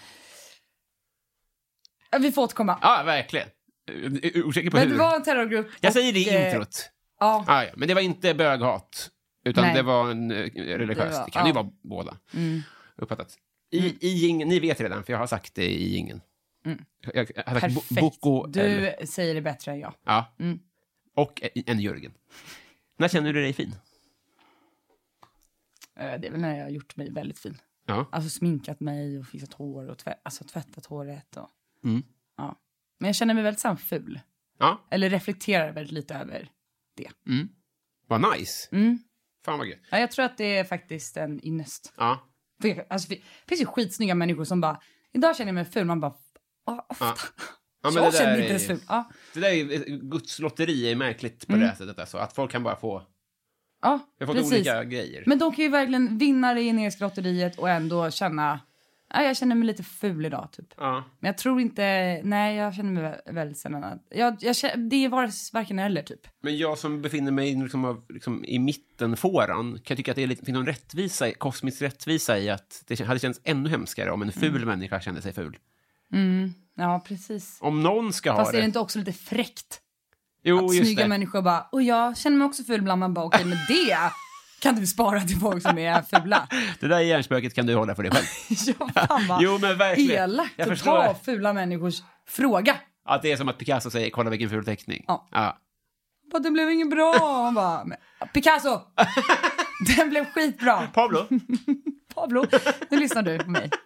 Ja, vi får återkomma. Ja, verkligen. Osäker på Men hur. det var en terrorgrupp. Jag och, säger det i eh, introt. Ja. Ah, ja. Men det var inte böghat. Utan Nej. det var en eh, religiös. Det, Det var- kan ju ja. vara båda. Mm. Uppfattat. I, i ingen, ni vet redan, för jag har sagt det i ingen. Mm. Jag, jag har sagt bo- Perfekt. Boko. Du eller, säger det bättre än jag. ja. Mm. Och en Jörgen. När känner du dig fin? Eh, Det är väl när jag har gjort mig väldigt fin. Ja. Alltså sminkat mig och fixat hår och tvätt, alltså tvättat håret. Och, Mm. ja. Men jag känner mig väldigt sam ful. Ja. Eller reflekterar väldigt lite över det. Mm. Vad nice. Mm. Fan vad gött. Ja, jag tror att det är faktiskt en ynnest. Ja. För, alltså, det finns ju skitsnygga människor som bara, idag känner jag mig ful. Man bara, ah, ofta. Ja. Ja, men jag det känner där mig inte ens är- ful. Ja. Det där är Guds lotteri är märkligt på Mm. det sättet. Alltså. Att folk kan bara få... Ja, Jag har fått precis. olika grejer. Men de kan ju verkligen vinna det generisklotteriet och ändå känna, ja, jag känner mig lite ful idag typ. Ja. Men jag tror inte, nej jag känner mig vä- väldigt sällan. Jag, jag känner, det är vare- varken eller typ. Men jag som befinner mig liksom, av, liksom, i mittenfåran kan jag tycka att det är lite, finns någon rättvisa, kosmisk rättvisa i att det hade känts ännu hemskare om en ful Mm. människa kände sig ful. Mm. Ja, precis. Om någon ska Fast ha är det... det inte också lite fräckt? Jo, Att just snygga det. människor bara, och jag känner mig också ful bland. Man bara, okej, men det kan du spara till folk som är fula. Det där hjärnspöket kan du hålla för dig själv. Ja, fan vad Jo, men verkligen. elakt Jag att förstår. ta fula människors fråga. Att det är som att Picasso säger, kolla vilken ful teckning. Ja. Ja. Bara, det blev inget bra. Han bara, men, Picasso! Den blev skitbra. Pablo, Pablo, nu lyssnar du på mig.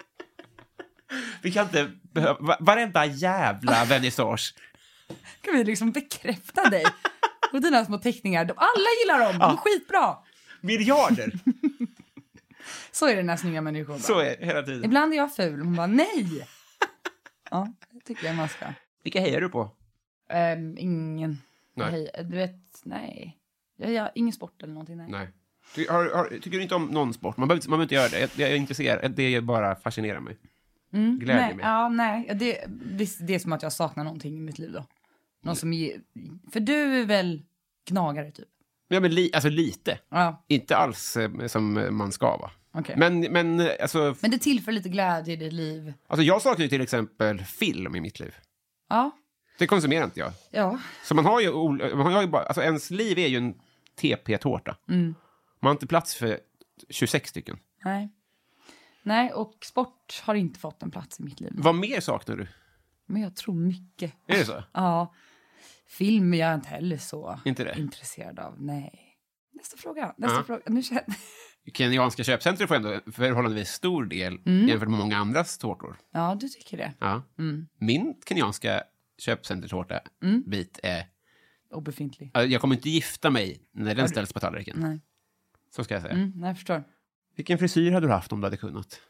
vi kan inte behöva... va- Varenda jävla vernissage. Kan vi liksom bekräfta dig? Och dina små teckningar, de, alla gillar dem. De är skitbra. Miljarder. Så är det när snygga människor bara. Så är det hela tiden. Ibland är jag ful. Hon bara, nej. Ja, det tycker jag man ska. Vilka hejar du på? Ehm, ingen. Nej. Hej, du vet, nej. Jag gör ingen sport eller någonting, nej. Nej. Ty, har, har, tycker du inte om någon sport? Man behöver, man behöver inte göra det. Jag, jag är intresserad. Det är bara fascinerar mig. Mm, Glädjer nej, mig. ja, nej. Det, det, det är som att jag saknar någonting i mitt liv då. Någon som ger, för du är väl gnagare typ? Ja, men li, alltså lite. Ja, Inte alls eh, som man ska vara. okej. Men, men eh, alltså, Men det tillför lite glädje i ditt liv. alltså, jag saknar ju till exempel film i mitt liv. Ja, Det konsumerar inte jag. ja. Så man har ju, ol- man har ju bara, alltså ens liv är ju en T P-tårta. Mm. Man har inte plats för tjugosex stycken. Nej. Nej, och sport har inte fått en plats i mitt liv. Vad mer saknar du? Men jag tror mycket. Är det så? Ja. Film är jag inte heller så Inte det? intresserad av. Nej. Nästa fråga. Nästa Ja. fråga. Nu känner... Kenyanska köpcentrum får ändå en förhållandevis stor del Mm. jämfört med många andras tårtor. Ja, du tycker det. Ja. Mm. Min kenyanska köpcentertårta Mm. bit är... Obefintlig. Alltså, jag kommer inte gifta mig när den du- ställs på tallriken. Nej. Så ska jag säga. Mm, nej, jag förstår. Vilken frisyr hade du haft om du hade kunnat?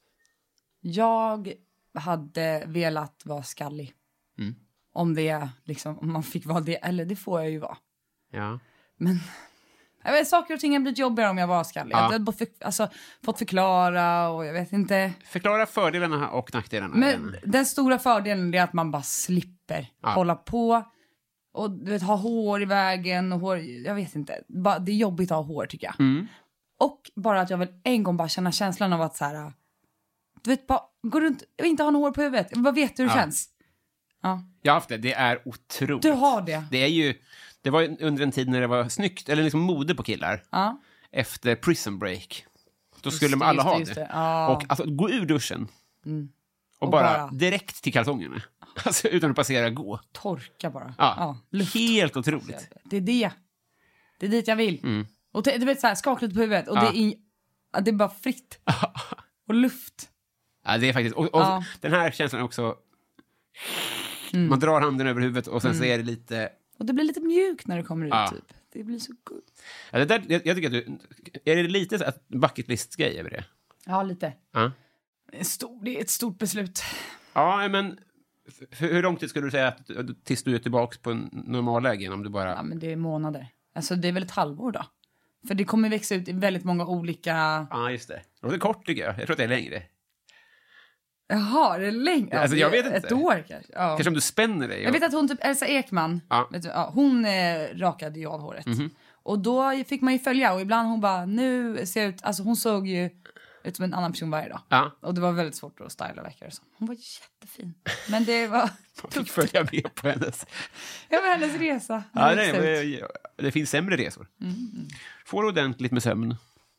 Jag hade velat vara skallig. Mm. Om det liksom, om man fick vara det. Eller det får jag ju vara. Ja. Men jag vet, saker och ting hade blivit jobbigare om jag var skallig. Ja. Jag hade fått, för, alltså, fått förklara och jag vet inte. Förklara fördelarna och nackdelarna. Men den stora fördelen är att man bara slipper Ja. hålla på. Och du vet, ha hår i vägen och hår, jag vet inte. Bara, det är jobbigt att ha hår tycker jag. Mm. Och bara att jag vill en gång bara känna känslan av att så här, du vet, bara gå runt och inte ha något hår på huvudet. Vad vet du hur det Ja. känns? Ja. Jag har haft det. Det är otroligt. Du har det. Det är ju... Det var ju under en tid när det var snyggt, eller liksom mode på killar. Ja. Efter Prison Break. Då skulle Just man alla det, ha just det. det. Ja. Och alltså, gå ur duschen. Mm. Och, Och bara, bara- direkt till kalsongerna. Alltså utan att passera gå. Torka bara. Ja, luft. helt otroligt. Det är det. Det är dit jag vill. Mm. Och te- du vet så här, skakligt på huvudet. Och Ja. det, är, ja, det är bara fritt. Och luft. Ja, det är faktiskt... Och, och Ja. den här känslan är också... Mm. Man drar handen över huvudet och sen så är det lite... Och det blir lite mjukt när det kommer ut Ja. typ. Det blir så gott. Ja, det där, jag, jag tycker att du... Är det lite så att bucket list-grej över det? Ja, lite. Ja. Det är, stor, det är ett stort beslut. Ja, men... Hur, hur lång tid skulle du säga att tills du är tillbaka på en normallägen om du bara... Ja, men det är månader. Alltså det är väl ett halvår då. För det kommer växa ut i väldigt många olika... Ja, just det. Det är kort tycker jag. Jag tror att det är längre. Jaha, det är länge. Ja, Alltså, det jag är vet inte. Ett år kanske. Ja. Kanske om du spänner dig. Jag vet att hon typ, Elsa Ekman, Ja. vet du, ja, hon eh, rakade ju av håret. Mhm. Och då fick man ju följa. Och ibland hon bara, nu ser jag ut... Alltså hon såg ju ut som en annan person varje dag. Ja. Och det var väldigt svårt att styla verkar det som. Hon var jättefin. Men det var... Man fick följa med på hennes... Det var hennes resa. Ja, Det nej, växte ut. men det finns sämre resor. Får du ordentligt med sömn?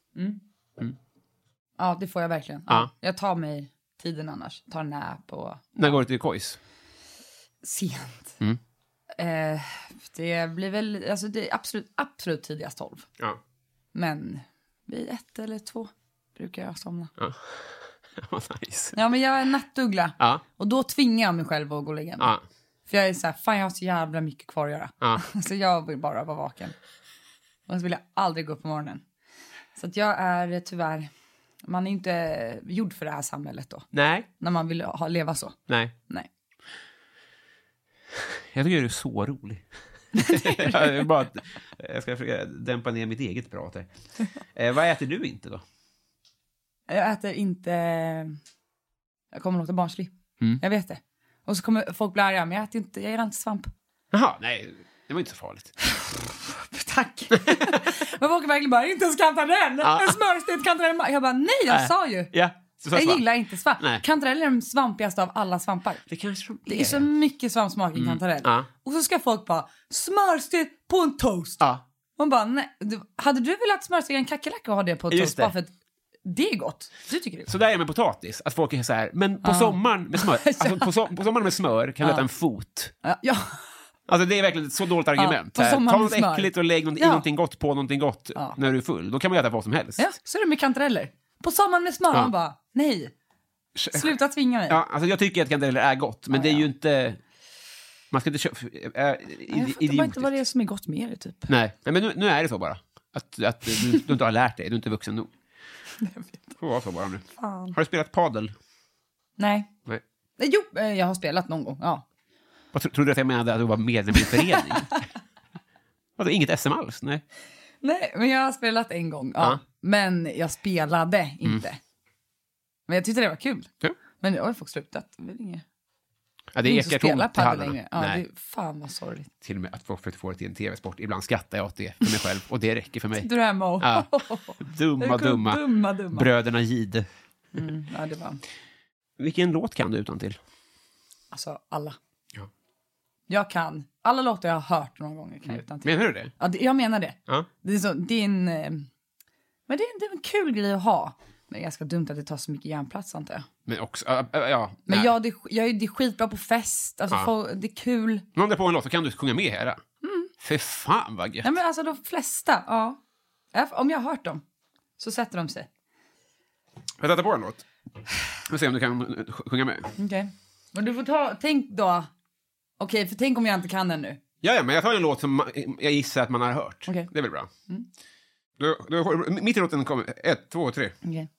Ja, det får jag verkligen. Ja. Ja. Jag tar mig tiden annars. Tar en nap och... När går du till kojs? Sent. Mm. Eh, det blir väl... Alltså det är absolut, absolut tidigast tolv. Ja. Men vid ett eller två brukar jag somna. Ja. Vad nice. Ja, men jag är nattuggla. Ja. Och då tvingar jag mig själv att gå och lägga mig. Ja. För jag är så här, fan jag har så jävla mycket kvar att göra. Ja. Så jag vill bara vara vaken. Och så vill jag aldrig gå upp på morgonen. Så att jag är tyvärr... Man är inte gjord för det här samhället då. Nej. När man vill ha, leva så. Nej. Nej. Jag tycker du är så rolig. jag, är bara, att- jag ska försöka dämpa ner mitt eget prat här. Eh, vad äter du inte då? Jag äter inte... Jag kommer låta barnslig. Mm. Jag vet det. Och så kommer folk bli arga, men jag äter inte, jag gillar inte svamp. Jaha, nej. Det var inte så farligt. Tack. Men folk verkligen bara, inte ens kantarell. Ja. En smörstekt kantarell. Jag bara, nej, jag Nej. sa ju. Ja. Så, så, Jag så. gillar inte svamp. Nej. Kantarell är den svampigaste av alla svampar. Det kanske de Det är så mycket svampsmak i kantarell. Ja. Och så ska folk bara, smörstekt på en toast. Ja. Man bara, nej. Du, hade du velat smörsteka en kackerlacka och ha det på Just toast? det. Bara för att det är gott. Du tycker det? Så där är det med potatis. Att folk är så här, men på sommaren med smör. Alltså på, so på sommaren med smör kan du äta en fot. Ja. Ja. Alltså det är verkligen ett så dåligt argument. på Så här, sommaren ta med något smör. äckligt och lägg något, i Ja. någonting gott på någonting gott Ja. när du är full. Då kan man äta vad som helst. Ja, så är det med kantareller. På sommaren med smör, Ja. man bara, nej. Sluta tvinga mig. Ja, alltså jag tycker att kantareller är gott, men Ja, det är ja. ju inte... Man ska inte köpa... Äh, Nej, jag fattar bara inte vad det är som är gott med det, typ. Nej, Nej men nu, nu är det så bara. Att, att du, du inte har lärt dig, du är inte vuxen nog. Det får vara så bara nu. Fan. Har du spelat padel? Nej. Nej. Eh, Jo, eh, jag har spelat någon gång, ja. Vad tro, trodde du att jag menade att du var medlem i en förening? Alltså, inget S M alls? Nej. Nej, men jag har spelat en gång, ja. Ja. Men jag spelade inte. Men jag tyckte det var kul. Ja. Men nu har folk slutat. Det är väl inget... Ja, det är ingen ekar som spelar tomt i padel hallarna. längre. Ja, Nej. det, fan vad sorgligt. Till och med att folk försöker få det till en tv-sport. Ibland skrattar jag åt det för mig själv. Och det räcker för mig. Du är hemma och... Ja. Dumma, dumma. Dumma, dumma. Bröderna Gide. Mm, ja, det var... Vilken låt kan du utan till? Alltså, alla. Ja. Jag kan. Alla låtar jag har hört någon gång kan jag utan till. Menar du det? Ja, det, jag menar det. Ja. Det är, så, det är en... eh, Men det är, det är en kul grej att ha. Men det är ganska dumt att det tar så mycket hjärnplats, antar jag. Men också... Ja, ja, Men nej. jag, det, jag är, det är skitbra på fest. Alltså, Ja. få, det är kul. Någon där på en låt så kan du sjunga med här. Mm. För fan vad gött. Ja, men alltså de flesta, ja. Ja, om jag har hört dem så sätter de sig. Jag sätter på en låt. Vi får se om du kan sj- sjunga med. Okej. Okay. Men du får ta... Tänk då... Okej, för tänk om jag inte kan den nu. Ja, ja, men jag tar en låt som ma- jag gissar att man har hört. Okej. Det är väl bra. Mm. Då, då, mitt i låten kommer ett, två, tre. Okej.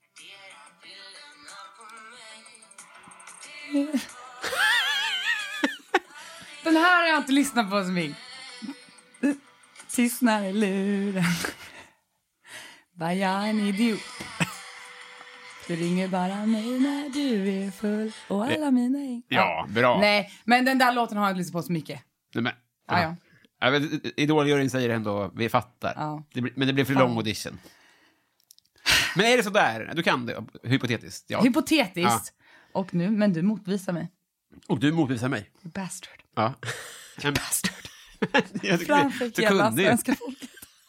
Den här har jag inte lyssnat på så mycket. Tystnar i luren. Var jag en idiot? Du ringer bara mig när du är full. Och alla mina är... Ja, bra. Nej, men den där låten har jag inte lyssnat på så mycket. Nej, men, Ja, ja. Ja, men Idol-juryn säger ändå, vi fattar. Ja. Det blir, men det blir för Fan. lång audition. Men är det så där? Du kan det, hypotetiskt. Ja. Hypotetiskt. Och nu, men du motvisar mig. Och du motvisar mig. You bastard. Ja. En Bastard. jag tycker Framför du hela kunde ju. svenska folket.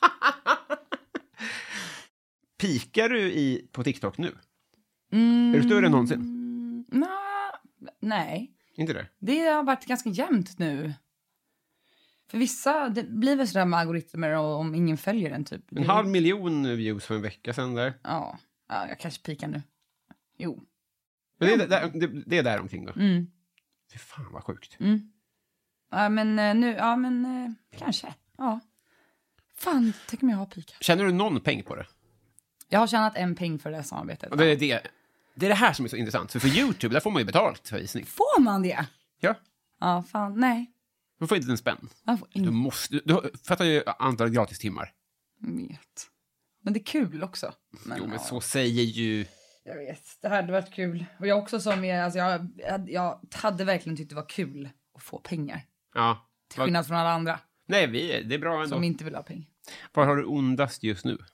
Pikar du i, på TikTok nu? Mm, Är du större än någonsin? na, nej. Inte det? Det har varit ganska jämnt nu. För vissa, det blir väl sådär med algoritmer och om ingen följer den typ. En halv miljon views för en vecka sedan där. Ja, ja jag kanske pikar nu. Jo. Men det, är, det, det är där omkring då. Mm. Fy fan vad sjukt. Mm. Ja men nu, ja men eh, kanske. Ja. Fan, tänk om jag har pikat. Känner du någon peng på det? Jag har tjänat en peng för det här samarbetet. Och det är det. Det är det här som är så intressant. För för YouTube, där får man ju betalt för visning. Får man det? Ja. Ja, fan, nej. Du får inte en spänn. Jag får inte. Du måste, du fattar ju antalet gratistimmar. Jag vet. Men det är kul också. Men, Jo, men ja. så säger ju... Jag vet, det hade varit kul. Och jag också som är, alltså jag, jag, jag hade verkligen tyckt det var kul att få pengar. Ja. Till skillnad från alla andra Nej, vi, det är bra ändå. som inte vill ha pengar. Var har du ondast just nu?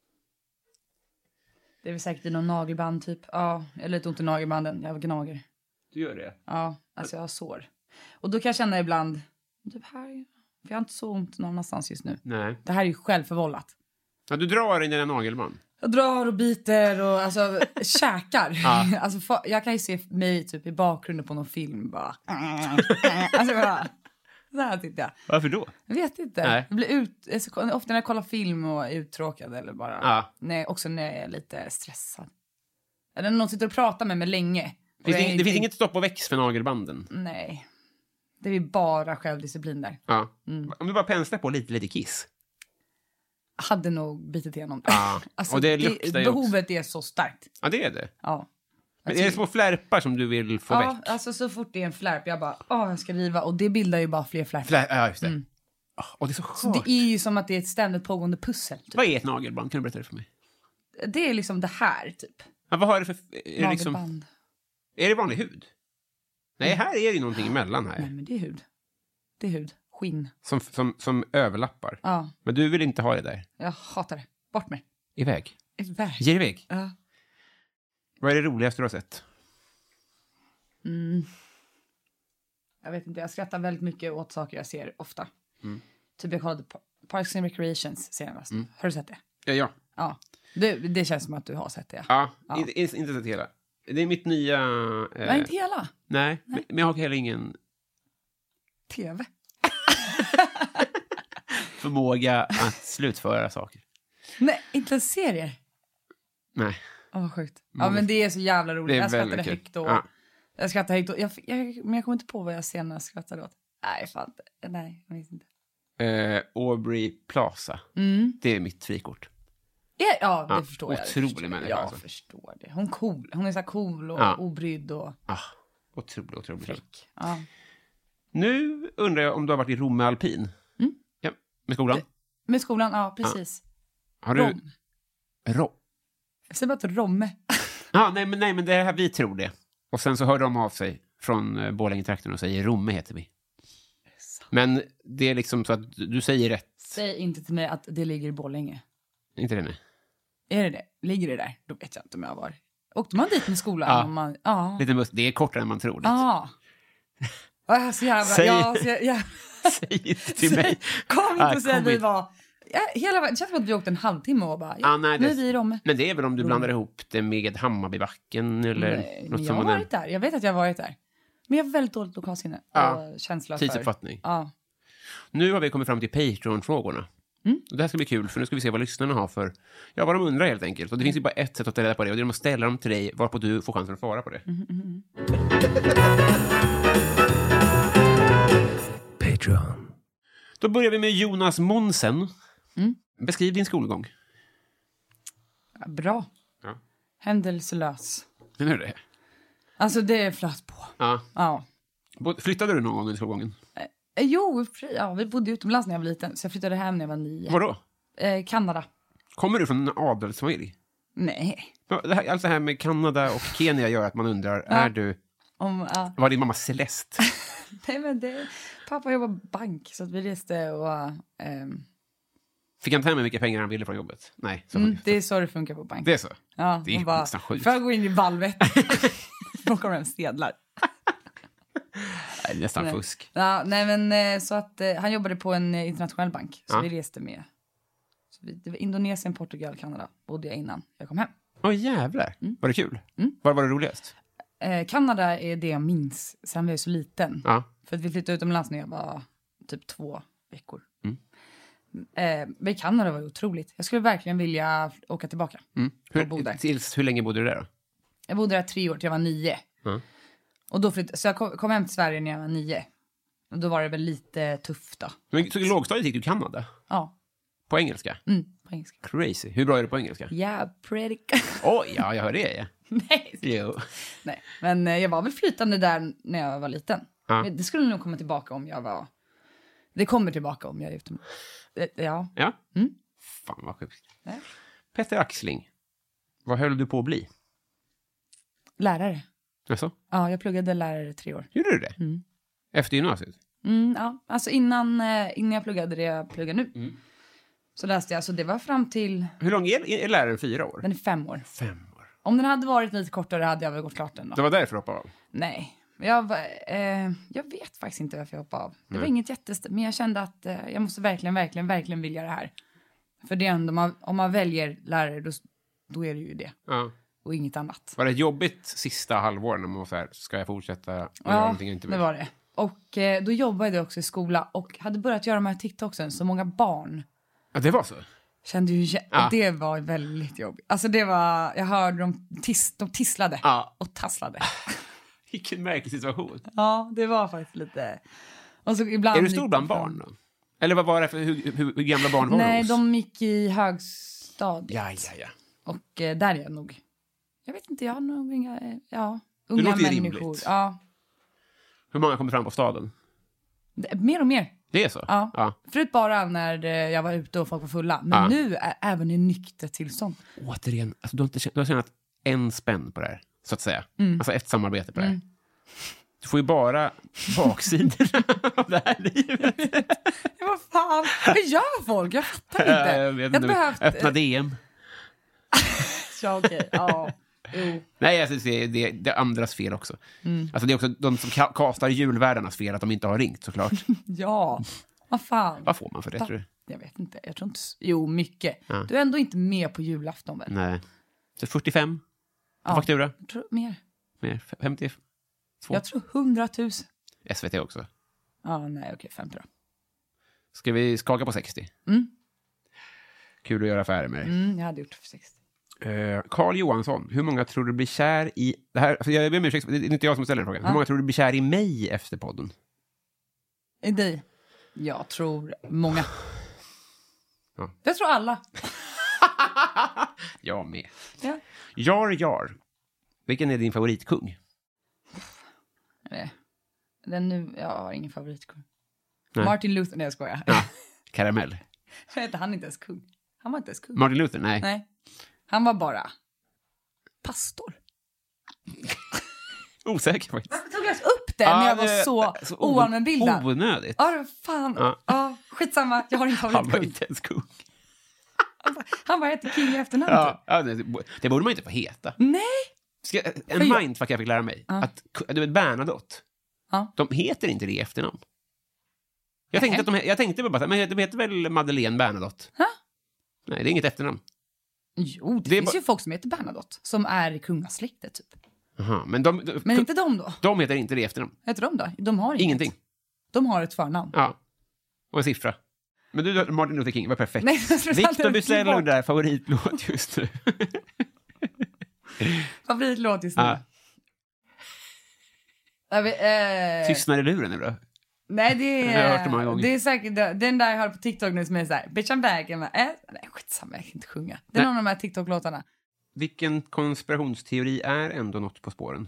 Det är väl säkert i någon nagelband typ. Ja, jag är lite ont i nagelbanden. Jag gnager. Du gör det? Ja, alltså jag har sår. Och då kan jag känna ibland, typ här, för jag har inte så ont någon annanstans just nu. Nej. Det här är ju självförvållat. Ja, du drar in i dina nagelband. Jag drar och biter och alltså käkar. Ja. Alltså, fa- jag kan ju se mig typ i bakgrunden på någon film bara. Alltså bara. Så här tittar jag. Varför då? Jag vet inte. Nej. Jag blir ut, alltså, ofta när jag kollar film och är uttråkad eller bara. Ja. Nej, också när jag är lite stressad. Eller när någon sitter och pratar med mig länge. Och Finns det, jag det inte- finns inget stopp och väx för nagelbanden. Nej. Det är ju bara självdisciplin där. Ja. Mm. Om du bara penslar på lite, lite kiss. Hade nog bitit igenom det. Ja. Alltså, Och det luktar ju behovet är så starkt. Ja, det är det. Ja. Men är det små flärpar som du vill få Ja, väck? alltså så fort det är en flärp, jag bara, åh, jag ska riva. Och det bildar ju bara fler flärpar. Flär, ja, just det. Mm. Oh, och det är så Så skönt. det är ju som att det är ett ständigt pågående pussel. Typ. Vad är ett nagelband? Kan du berätta det för mig? Det är liksom det här, typ. Ja, vad har det för... Är det, liksom, Nagelband. är det vanlig hud? Nej, här är det ju någonting emellan här. Nej, men det är hud. Det är hud. Skinn. Som, som, som överlappar. Ja, Men du vill inte ha det där. jag hatar det. Bort med. Iväg. Iväg. Ge iväg. Ja. Vad är det roligaste du har sett? Mm. Jag vet inte, jag skrattar väldigt mycket åt saker jag ser ofta. Mm. Typ jag kollade på Parks and Recreations senast. Mm. Har du sett det? Ja, ja. Ja. Det, det känns som att du har sett det. Ja, Ja. Inte, inte sett hela. Det är mitt nya... Eh, Nej, inte hela. nej, men- men jag har heller ingen T V. förmåga att slutföra saker. Nej, inte serier. Nej. Åh, vad sjukt. Ja, Många- men det är så jävla roligt. Det är Jag skrattade väldigt kul. högt och... Ja. Jag skrattade högt och... Jag, jag, men jag kommer inte på vad jag senast skrattade åt. Nej, fan. Nej, jag vet inte. Eh, Aubrey Plaza. Mm. Det är mitt frikort. Ja, ja, det Ja, förstår jag. Det otrolig förstår jag. människa, Jag alltså. förstår det. Hon är cool. Hon är så här cool och Ja. obrydd och Ah, otroligt, otroligt. fräck. Ja. Nu undrar jag om du har varit i Rom med alpin. Mm. Ja, med skolan. Med skolan, ja, precis. Har du... Rom. Rom. Jag säger bara till Romme. Ah, nej, men, nej, men det här, vi tror det. Och sen så hör de av sig från uh, Borlänge-trakten och säger Romme heter vi. Men det är liksom så att du säger rätt. Säg inte till mig att det ligger i Borlänge. Inte det, nej. Är det det? Ligger det där? Då vet jag inte om jag var. Åkte man dit med skolan? Ja. Om man, ja. Lite mus- det är kortare än man tror. Det. Ja. Ah, så jävla... Säg- Ja, så, ja. Säg inte till mig. Kom inte Ah, och säg att kom vi inte. var... Ja, hela, det känns som att vi åkte en halvtimme och bara... Ja, Ah, nej, nu det- är vi i Romme. Men det är väl om du blandar ihop det med Hammarbybacken eller Nej, något men jag som har man varit där. Jag vet att jag har varit där. Men jag har väldigt dåligt lokalsinne. Ja. Och känsla för... tidsuppfattning. Ja. Nu har vi kommit fram till Patreon-frågorna. Mm. Och det här ska bli kul, för nu ska vi se vad lyssnarna har för... Ja, vad de undrar helt enkelt. Och det finns ju bara ett sätt att ta reda på det. Och det är att ställa dem till dig, varpå du får chansen att svara på det. Mm, mm, mm. Patreon. Då börjar vi med Jonas Monsen. Mm. Beskriv din skolgång. Ja, bra. Ja. Händelselös. Men hur är det? Alltså det flöt på. Ja. Ja. Bo- Flyttade du någon gång under skolgången? Eh, Jo, fri- ja, vi bodde utomlands när jag var liten. Så jag flyttade hem när jag var nio. Vadå? Eh, Kanada. Kommer du från en adelsfamilj? Nej. Ja, det här, allt det här med Kanada och Kenya gör att man undrar, är du... Om, ja. Var din mamma Celeste? Nej, men det... Pappa jobbar bank, så att vi reste och... ehm, Fick han ta hem hur mycket pengar han ville från jobbet? Nej, så mm, det är så det funkar på bank. det är så. Ja, det är hon bara, nästan sjukt. får jag gå in i valvet? Då kommer hem sedlar. Nej, nästan Nej. fusk. Ja, nej, men eh, så att eh, han jobbade på en eh, internationell bank. Så Ja. vi reste med. Så vi, det var Indonesien, Portugal, Kanada. Bodde jag innan jag kom hem. Åh jävlar, Mm. var det kul? Mm. Var var det roligast? Eh, Kanada är det jag minns. Sen var jag så liten. Ja. För att vi flyttade utomlands när jag var typ två. veckor. Mm. Eh, men i Kanada var det otroligt. Jag skulle verkligen vilja åka tillbaka. Mm. Och bo där. Hur, tills, hur länge bodde du där då? Jag bodde där tre år till jag var nio. Mm. Och då flytt, så jag kom, kom hem till Sverige när jag var nio. Och då var det väl lite tufft då. Men, så i lågstadiet gick du i Kanada? Ja. På engelska? Mm, på engelska. Crazy. Hur bra är du på engelska? Yeah, pretty good. Oj, ja, jag hör det. Ja. Nej. Jo. Nej, men eh, jag var väl flytande där när jag var liten. Ja. Men det skulle nog komma tillbaka om jag var... Det kommer tillbaka om jag är ute. Eh, Ja. Ja? Mm. Fan vad sjukt. Nej. Petter Axling, vad höll du på att bli? Lärare. Alltså? Ja, jag pluggade lärare i tre år. Gjorde du det? Mm. Efter gymnasiet? Mm, ja, alltså innan, eh, innan jag pluggade det jag pluggar nu. Mm. Så läste jag, så det var fram till... Hur lång är, är läraren? Fyra år? Den är fem år. Fem år. Om den hade varit lite kortare hade jag väl gått klart den då. Det var därför du hoppade av? Nej, jag, var- eh, jag vet faktiskt inte varför jag hoppade av. Det var Nej. inget jättest... Men jag kände att eh, jag måste verkligen, verkligen, verkligen vilja det här. För det är ändå, man, om man väljer lärare, då, då är det ju det. Ja. Och inget annat. Var det jobbigt sista halvåren när man var så här, ska jag fortsätta göra Ja, någonting jag inte det vill? var det. Och eh, då jobbade jag också i skola och hade börjat göra de här TikToksen. Så många barn Ja, det var så? kände ju... jä- Ja. Och det var väldigt jobbigt. Alltså det var... Jag hörde dem, tis, de tisslade Ja. och tasslade. Vilken märklig situation. Ja, det var faktiskt lite... Och så ibland Är du gick stor bland de fram- barn då? Eller vad var det för, hur, hur, hur gamla barn var Nej, hos? de gick i högstadiet. Ja, ja, ja. Och eh, där är jag nog... Jag vet inte, jag har nog inga... eh, Ja, unga låter ju människor. rimligt. Ja, Hur många kommer fram på staden? det, mer och mer. Det är så? Ja. ja. Förut bara när eh, jag var ute och folk var fulla. Men Ja. nu är även i nykter tillstånd. Återigen, alltså, du, har inte, känt- du har tjänat en spänn på det här, så att säga. Alltså ett samarbete på det här. Mm. Du får ju bara baksidorna av det här livet. Ja, vad fan? Vad gör folk? Jag fattar inte. Jag vet Jag inte, behövt... öppna D M. Ja, okej. Ja. Jo. Nej, jag syns det är, det, är, det är andras fel också. Mm. Alltså det är också de som ka- kastar julvärdarnas fel att de inte har ringt, såklart. Ja. Vad fan? Vad får man för det, Va? tror du? Jag vet inte. Jag tror inte... Jo, mycket. Ja. Du är ändå inte med på julafton, väl? Nej. Så fyrtiofem på Ja. faktura? Jag tror mer. Mer, femtiotvå? Jag tror hundratusen. S V T också. Ja, nej, okej. femtio då. Ska vi skaka på sextio? Mm. Kul att göra affärer med dig. Mm, jag hade gjort det för sextio. Eh, Carl Johansson, hur många tror du blir kär i... Det här, för jag ber om ursäkt, det är inte jag som ställer den frågan. Ja. Hur många tror du blir kär i mig efter podden? I dig? Jag tror många. Ja. Jag tror alla. Jag med. Ja. Jar Jar. Vilken är din favoritkung? Nej. Den nu... Jag har ingen favoritkung. Nej. Martin Luther... Nej, jag skojar. Ja. Karamell. Jag vet inte, han är inte ens kung. Han var inte ens kung. Martin Luther? Nej. Nej. Han var bara pastor. Osäker faktiskt. Varför tog jag upp det när Ja, jag var det- så, så oallmänbildad? Onödigt. Ja, det var fan. Ja. Ja. Skitsamma, jag har ingen Han var favoritkung. inte ens kung. Han bara heter King i efternamn. Ja, ja, det, det borde man inte få heta. Nej. Ska, en För jag- mindfuck jag fick lära mig. Ja. Att, du vet, Bernadotte. Ja. De heter inte det i efternamn. Jag tänkte, Nej. att de, jag tänkte bara, så här, men de heter väl Madeleine Bernadotte? Ha? Nej, det är inget efternamn. Jo, det, Det är finns bara- ju folk som heter Bernadotte. Som är i kungasläktet, typ. Aha, men de, de, Men inte de då? de heter inte det i efternamn. Heter de då? De har inget. Ingenting. De har ett förnamn. Ja. Och en siffra. Men du, Martin Luther King, var perfekt. Nej, jag tror att Victor han- Bysell bort. och där favoritlåt just nu. Favoritlåt just nu. Ja. Jag vet, eh, Tystnad i luren är bra. Nej, det Jag har hört det är, många gånger. det är säkert den där jag hör på TikTok nu som är så här, bitch I'm back. Jag bara, äh, nej, skitsamma, jag kan inte sjunga. Det är Nej. någon av de här TikTok-låtarna. Vilken konspirationsteori är ändå något på spåren?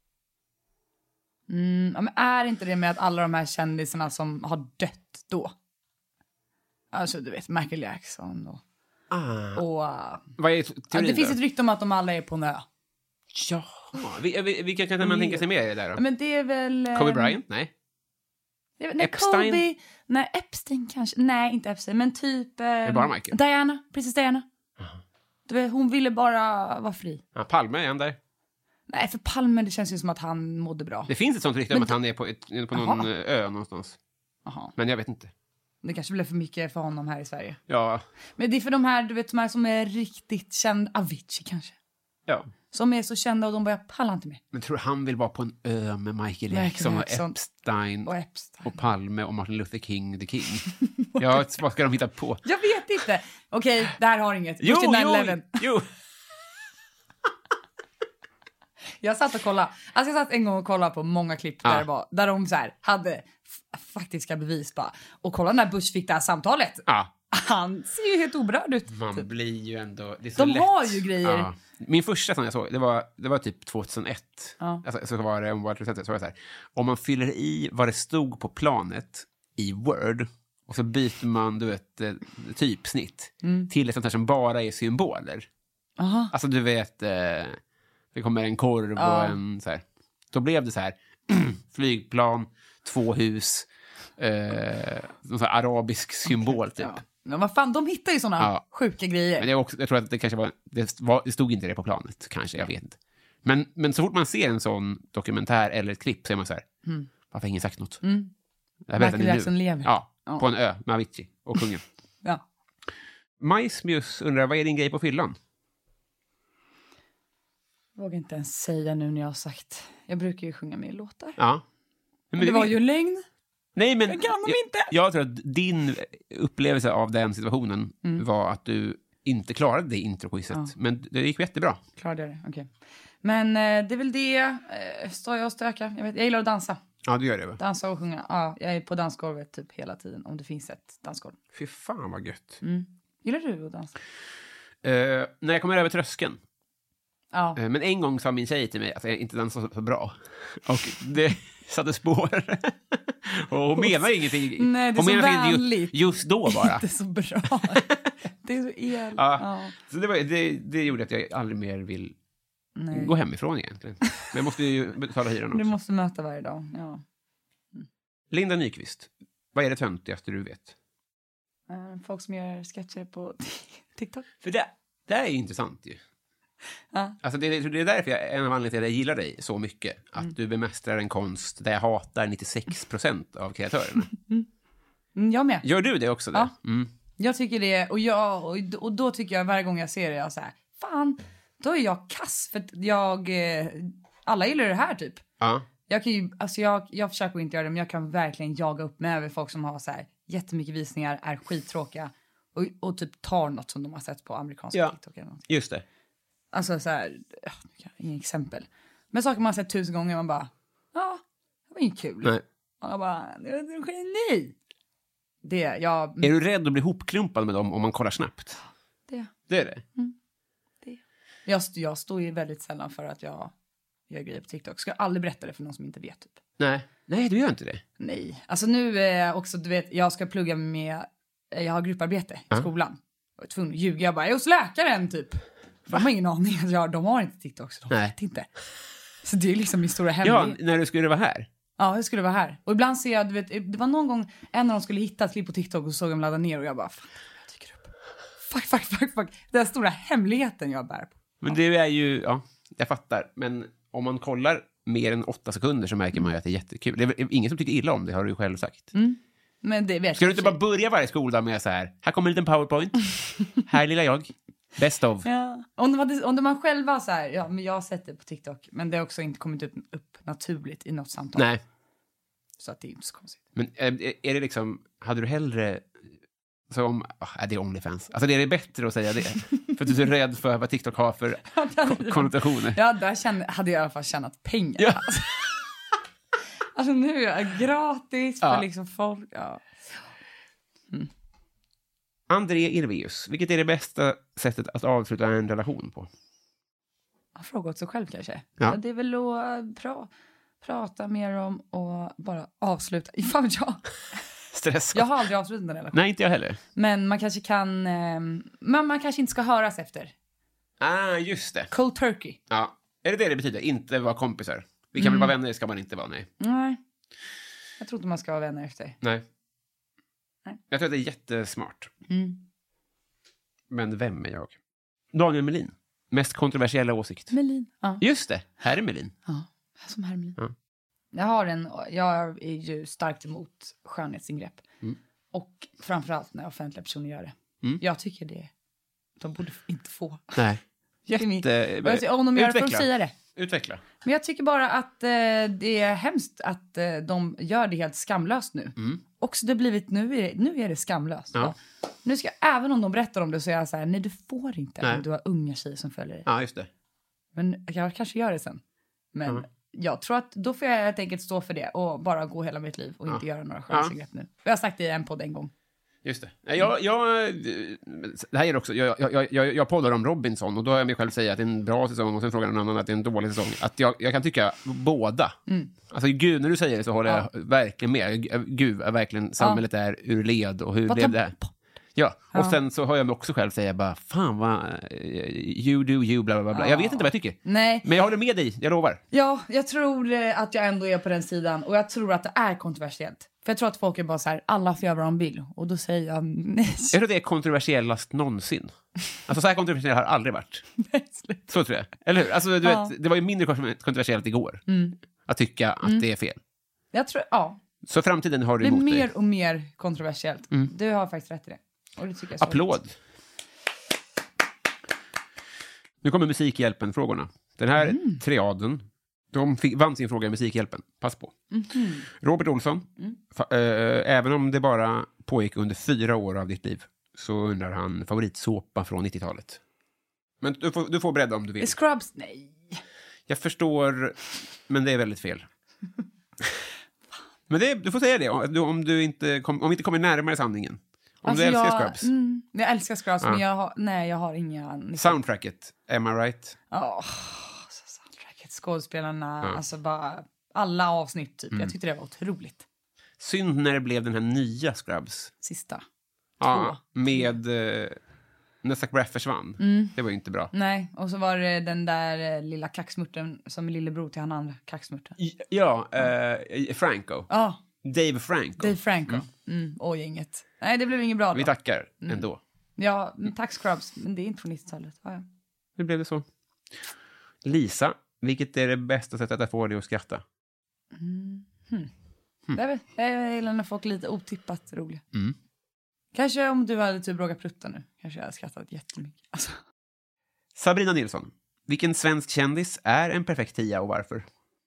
Mm, ja, men är inte det med att alla de här kändisarna som har dött då? Alltså, du vet, Michael Jackson och... Ah. och uh, Vad är ja, teorin det finns då? ett rykte om att de alla är på en ö. Ja. Vi- vi- Vilka kan man tänka sig med i det där Ja, då? men det är väl... eh, Kobe Bryant? Nej. det är- Nej, Epstein? Kobe... Nej, Epstein kanske. Nej, inte Epstein, men typ... Eh, det bara Michael? Diana, prinsess Diana. Du vet, hon ville bara vara fri. Ja, Palme är han där. Nej, för Palme, det känns ju som att han mådde bra. Det finns ett sånt rykte om Men att han är på, ett, på någon Aha. ö någonstans. Jaha. Men jag vet inte. Det kanske blev för mycket för honom här i Sverige. Ja, Men det är för de här, du vet, de här som är riktigt kända. Avicii kanske. Ja. Som är så kända och de bara, pallar inte med. Men tror du han vill vara på en ö med Michael Michael Jackson och Jackson. Epstein Och Epstein. och Palme och Martin Luther King the King? Ja, vad ska de hitta på? Jag vet inte. Okej, det här har inget. Jo, Push it jo, nine eleven. jo. Jag satt och kollade. Alltså jag satt en gång och kollade på många klipp där, Ah. det var, där de så här hade f- faktiska bevis bara. Och kolla när Bush fick det här samtalet. Ja, Han ser ju helt oberörd ut. man blir ju ändå... Det är så De lätt. har ju grejer. Ja. Min första som jag såg, det var, det var typ tjugohundraett. Ja. Alltså, så var det om World Trade Center, så var det så här. Om man fyller i vad det stod på planet i Word och så byter man, du vet, eh, typsnitt Mm. till ett sånt här som bara är symboler. Aha. Alltså du vet, eh, det kommer en korv Ja. och en så här. Då blev det så här, flygplan, två hus, eh, någon så här arabisk symbol typ. Ja. Men vad fan, de hittar ju såna Ja. sjuka grejer. Men det är också, jag tror att det kanske var det, var, det stod inte det på planet, kanske, jag vet inte. Men, men så fort man ser en sån dokumentär eller ett klipp så är man så här, Mm. varför har ingen sagt något? Mm. Det här berättar Michael ni nu. Jackson lever. Ja, Ja. på en ö med Avicii och kungen. Ja. Majsmius undrar, vad är din grej på fyllan? Jag vågar inte ens säga nu när jag har sagt. Jag brukar ju sjunga med i låtar. Ja. Men Men det var ju en lögn. Nej, men Jag kan dem jag, inte. jag tror att din upplevelse av den situationen Mm. var att du inte klarade det introquizet. Ja. Men det gick jättebra. Klarade jag det? Okej. Men eh, det är väl det. Eh, står jag och stökar. Jag, vet, jag gillar att dansa. Ja, du gör det va? Dansa och sjunga. Ja, jag är på dansgolvet typ hela tiden. Om det finns ett dansgolv. Fy fan vad gött. Mm. Gillar du att dansa? Eh, när jag kommer över tröskeln. Ja. Eh, men en gång sa min tjej till mig att jag inte dansade så bra. Och det satte spår. Och hon menar ingenting. Nej, det är hon så menar ingenting vänligt. Just, just då bara. Inte så bra. Det är så el. Ja. Ja. Så det, var, det, det gjorde att jag aldrig mer vill Nej. gå hemifrån egentligen. Men jag måste ju betala hyran också. Du måste möta varje dag. Ja. Linda Nyqvist, vad är det töntigaste du vet? Eh, Folk som gör sketcher på TikTok. För det, det är ju intressant ju. Ja. Alltså det, det är därför jag, en av anledningarna till att jag gillar dig så mycket. Att Mm. du bemästrar en konst där jag hatar nittiosex procent av kreatörerna. Mm, jag med. Gör du det också? Där? Ja. Mm. Jag tycker det. Och, jag, och, och då tycker jag varje gång jag ser det. Jag så här, fan, då är jag kass. För att jag... Eh, alla gillar det här typ. Ja. Jag kan ju, alltså jag, jag försöker inte göra det, men jag kan verkligen jaga upp mig över folk som har så här jättemycket visningar, är skittråkiga och, och typ tar något som de har sett på amerikanska Ja. TikTok eller något. Just det. Alltså så här, ja, nu kan jag- inga exempel. Men saker man har sett tusen gånger, man bara, ja, det var inget kul. Nej. Och jag bara, det är ett geni. Det, jag, Är du rädd att bli hopklumpad med dem om man kollar snabbt? det, Det är det. det. Jag, st- jag står ju väldigt sällan för att jag gör grejer på TikTok. Ska jag aldrig berätta det för någon som inte vet typ. Nej. Nej, du gör inte det. Nej, alltså nu är jag också, du vet, jag ska plugga med, jag har grupparbete i Ja. skolan. Jag var tvungen att ljuga, jag bara, jag är hos läkaren typ. För de har ingen aning, att jag, de har inte TikTok så de Nej. vet inte. Så det är liksom min stora Ja, hemlighet. Ja, när du skulle vara här. ja, det skulle vara här. Och ibland ser jag, du vet, det var någon gång en av dem skulle hitta ett klipp på TikTok och så såg de ladda ner och jag bara, fan, jag tycker upp. Fuck, fuck, fuck, fuck. Den här stora hemligheten jag bär på. Men det är ju, ja, jag fattar. Men om man kollar mer än åtta sekunder så märker man ju att det är jättekul. Det är väl ingen som tycker illa om det, har du ju själv sagt. Men det vet Ska du jag inte för bara börja varje skoldag med så här, här kommer en liten powerpoint. Här lilla jag. Best of. Ja. Om, de hade, om de man själva så här, ja men jag har sett det på TikTok, men det har också inte kommit upp, upp naturligt i något samtal. Nej. Så att det är inte så konstigt. Men är, är det liksom, hade du hellre, så om, oh, är det OnlyFans? Alltså det är det bättre att säga det. För att du är rädd för vad TikTok har för ko- konnotationer. Ja, där kände, hade jag i alla fall tjänat pengar. Ja. Alltså nu är jag gratis för Ja. liksom folk. Ja. André Irveus, vilket är det bästa sättet att avsluta en relation på? Jag frågar åt sig själv kanske. Ja. Ja. Det är väl att pra, prata mer om och bara avsluta. Fan vet jag. Stress. Jag har aldrig avslutat en relation. Nej, inte jag heller. Men man kanske kan... Eh, men man kanske inte ska höras efter. Ah, just det. Cold turkey. Ja. Är det det det betyder? Inte vara kompisar? Vi kan väl vara vänner, ska man inte vara, nej. Nej. Jag tror inte man ska vara vänner efter. Nej. Nej. Jag tror att det är jättesmart. Mm. Men vem är jag? Daniel Melin. Mest kontroversiella åsikt. Melin. Ja. Just det, här är Melin. Ja, som Hermelin. Ja. Jag har en, jag är ju starkt emot skönhetsingrepp. Mm. Och framförallt när offentliga personer gör det. Mm. Jag tycker det, de borde inte få. Nej. Jätte... Och jag tycker, om de gör det får de säga det. Utveckla. Men jag tycker bara att eh, det är hemskt att eh, de gör det helt skamlöst nu. Mm. Och så det har blivit, nu är det, nu är det skamlöst. Ja. Ja. Nu ska, även om de berättar om det så är jag så här, nej du får inte. Nej. Om du har unga tjejer som följer dig. Ja, just det. Men jag kanske gör det sen. Men Mm. jag tror att då får jag helt enkelt stå för det. Och bara gå hela mitt liv och Ja. inte göra några skönhetsingrepp nu. Jag har sagt det i en podd en gång. Just det. Nej, Jag, jag, det här är också, jag, jag, jag, jag poddar om Robinson och då har jag mig själv säga att det är en bra säsong och sen frågar någon annan att det är en dålig säsong. Att jag, jag kan tycka båda. Mm. Alltså gud, när du säger det så håller Ja. jag verkligen med. Gud, är verkligen samhället är ur led och hur Vad blev ta det här? Ja, och Ja. sen så har jag mig också själv säga bara, fan vad, you do you, bla bla bla. Jag vet inte vad jag tycker. Nej. Men jag håller med dig, jag lovar. Ja, jag tror eh, att jag ändå är på den sidan. Och jag tror att det är kontroversiellt. För jag tror att folk är bara så här, alla får göra vad de vill. Och då säger jag nej. Jag tror det är kontroversiellast någonsin. Alltså så här kontroversiellt har det aldrig varit. Så tror jag. Eller hur? Alltså, du Ja. vet, det var ju mindre kontroversiellt igår. Mm. Att tycka att Mm. det är fel. Jag tror, ja. Så framtiden har du Det är emot mer dig. och mer kontroversiellt. Mm. Du har faktiskt rätt i det. Och det tycker jag är så Applåd. roligt. Nu kommer Musikhjälpen-frågorna. Den här Mm. triaden, de fick, vann sin fråga i Musikhjälpen. Pass på. Mhm. Robert Olsson, Mm. fa, eh, även om det bara pågick under fyra år av ditt liv, så undrar han favoritsåpa från nittiotalet. Men du får, du får bredda om du vill. Scrubs? Nej. Jag förstår, men det är väldigt fel. Men det, du får säga det om du, om du inte, kom, om vi inte kommer närmare sanningen. Om Alltså, du älskar jag, Scrubs. Mm, jag älskar Scrubs, Ja. men jag har, nej, jag har inga... Soundtracket, am I right? Ja, så soundtracket, skådespelarna, Ja. alltså bara alla avsnitt typ. Mm. Jag tyckte det var otroligt. Synd när det blev den här nya Scrubs. Sista. Ja, med eh, när Zach Braff försvann. Mm. Det var ju inte bra. Nej, och så var det den där eh, lilla kaxmurten som är lillebror till han andra kaxmurten. Ja, eh, Franco. Ja, Dave Franco. Dave Franco. Mm. och gänget. Nej, det blev inget bra då. Vi tackar Mm. ändå. Ja, men tack Scrubs, men det är inte från nittiotalet. Ja, ja. Hur blev det så? Lisa, vilket är det bästa sättet att få dig att skratta? Mm. Hmm. Jag, vet, jag gillar när folk är lite otippat roliga. Mm. Kanske om du hade typ rågat prutta nu. Kanske jag hade skrattat jättemycket. Alltså. Sabrina Nilsson, vilken svensk kändis är en perfekt tia och varför?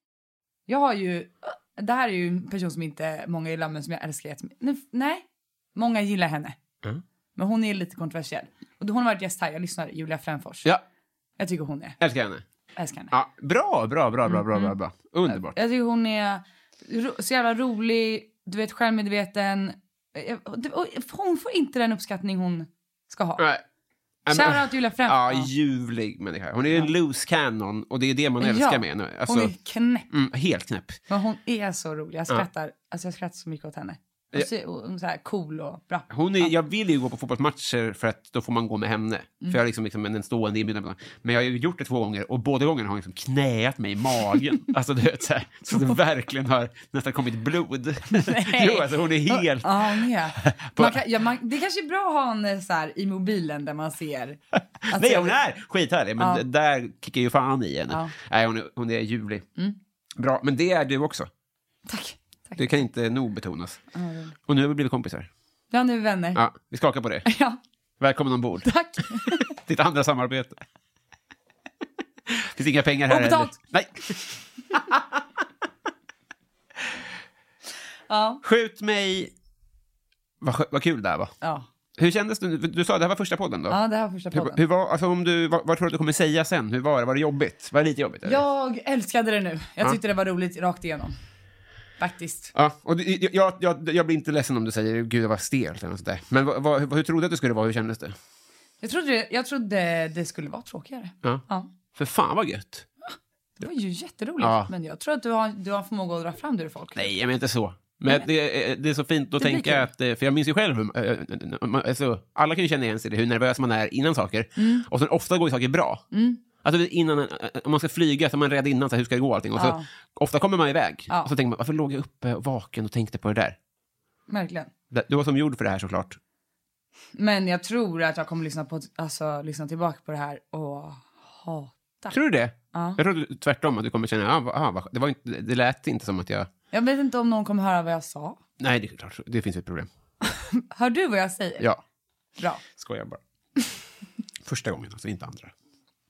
Jag har ju... Det här är ju en person som inte många gillar, men som jag älskar jättemycket. Nu- Nej, många gillar henne. Mm. Men hon är lite kontroversiell. Och hon har varit gäst här. Jag lyssnar, Julia Fränfors. Ja, Jag tycker hon är. älskar henne. Jag älskar henne. Ja, bra, bra, bra, bra, bra, Mm, bra, bra. Underbart. Jag tycker hon är ro- så jävla rolig. Du vet, självmedveten. Jag- det- och Hon får inte den uppskattning hon ska ha. Nej. Shoutout Julia Fränfors. Ja, ljuvlig människa. Hon är en loose cannon och det är det man älskar Ja, med henne. Alltså, Hon är knäpp. mm, helt knäpp. Men hon är så rolig. Jag skrattar, alltså jag skrattar så mycket åt henne. Ja. Och så, och, och så här cool och bra. Hon är, jag vill ju gå på fotbollsmatcher för att då får man gå med henne. Mm. För jag har liksom, liksom en stående inbjudan. Men jag har ju gjort det två gånger och båda gångerna har hon liksom knäat mig i magen. Alltså du vet så här, så det verkligen har nästan kommit blod. Jo, alltså hon är helt... Ja, hon är. På- Man kan, ja, man, det kanske är bra att ha henne så här i mobilen där man ser. Att Nej, hon är skithärlig, men Ja. d- där kickar ju fan i henne. Ja. Nej, hon är, hon är ljuvlig. Mm. Bra, men det är du också. Tack. Tack. Det kan inte nog betonas. Ja, det- Och nu har vi blivit kompisar. Ja, nu är vi vänner. Ja, vi skakar på det. Ja, Välkommen ombord. tack. Ditt andra samarbete. Finns inga pengar här heller. Obetalt. Nej. Ja. Skjut mig... Vad, skö- vad kul det här var. Ja. Hur kändes det? Du sa att det här var första podden då? Ja, det här var första Hur, podden. hur var, alltså om du, vad, vad tror du att du kommer säga sen? Hur var det? Var det jobbigt? Var det lite jobbigt? Eller? Jag älskade det nu. Jag Ja. tyckte det var roligt rakt igenom. Faktiskt. Ja, och det- jag, jag, jag, jag blir inte ledsen om du säger gud det var stelt eller något sånt där. Men vad, vad, hur, hur trodde du att det skulle vara? Hur kändes det? Jag trodde, jag trodde det skulle vara tråkigare. Ja. Ja. För fan vad gött. Det var ju jätteroligt. Ja. Men jag tror att du har, du har förmåga att dra fram det ur folk. Nej, jag menar inte så. Men det, är- det är så fint att Det blir tänka kul. att, eh, för jag minns ju själv, hur, äh, man- alltså, alla kan ju känna igen sig i det, hur nervös man är innan saker. Mm. Och sen ofta går ju saker bra. Alltså innan, äh, om man ska flyga så är man rädd innan, så här, hur ska det gå allting? Och så, Ja. ofta kommer man iväg. Ja. Och så tänker man, varför låg jag uppe och vaken och tänkte på det där? Verkligen. Det- Du var som gjord för det här såklart. Men jag tror att jag kommer lyssna, på, alltså, lyssna tillbaka på det här och hata. Tror du det? Ja. Jag tror tvärtom att du kommer känna, ah, va- ah, va- det, var inte, det lät inte som att jag... Jag vet inte om någon kommer höra vad jag sa. Nej, det är klart, det finns ett problem. Hör du vad jag säger? Ja, Bra. skojar bara. Första gången, alltså inte andra.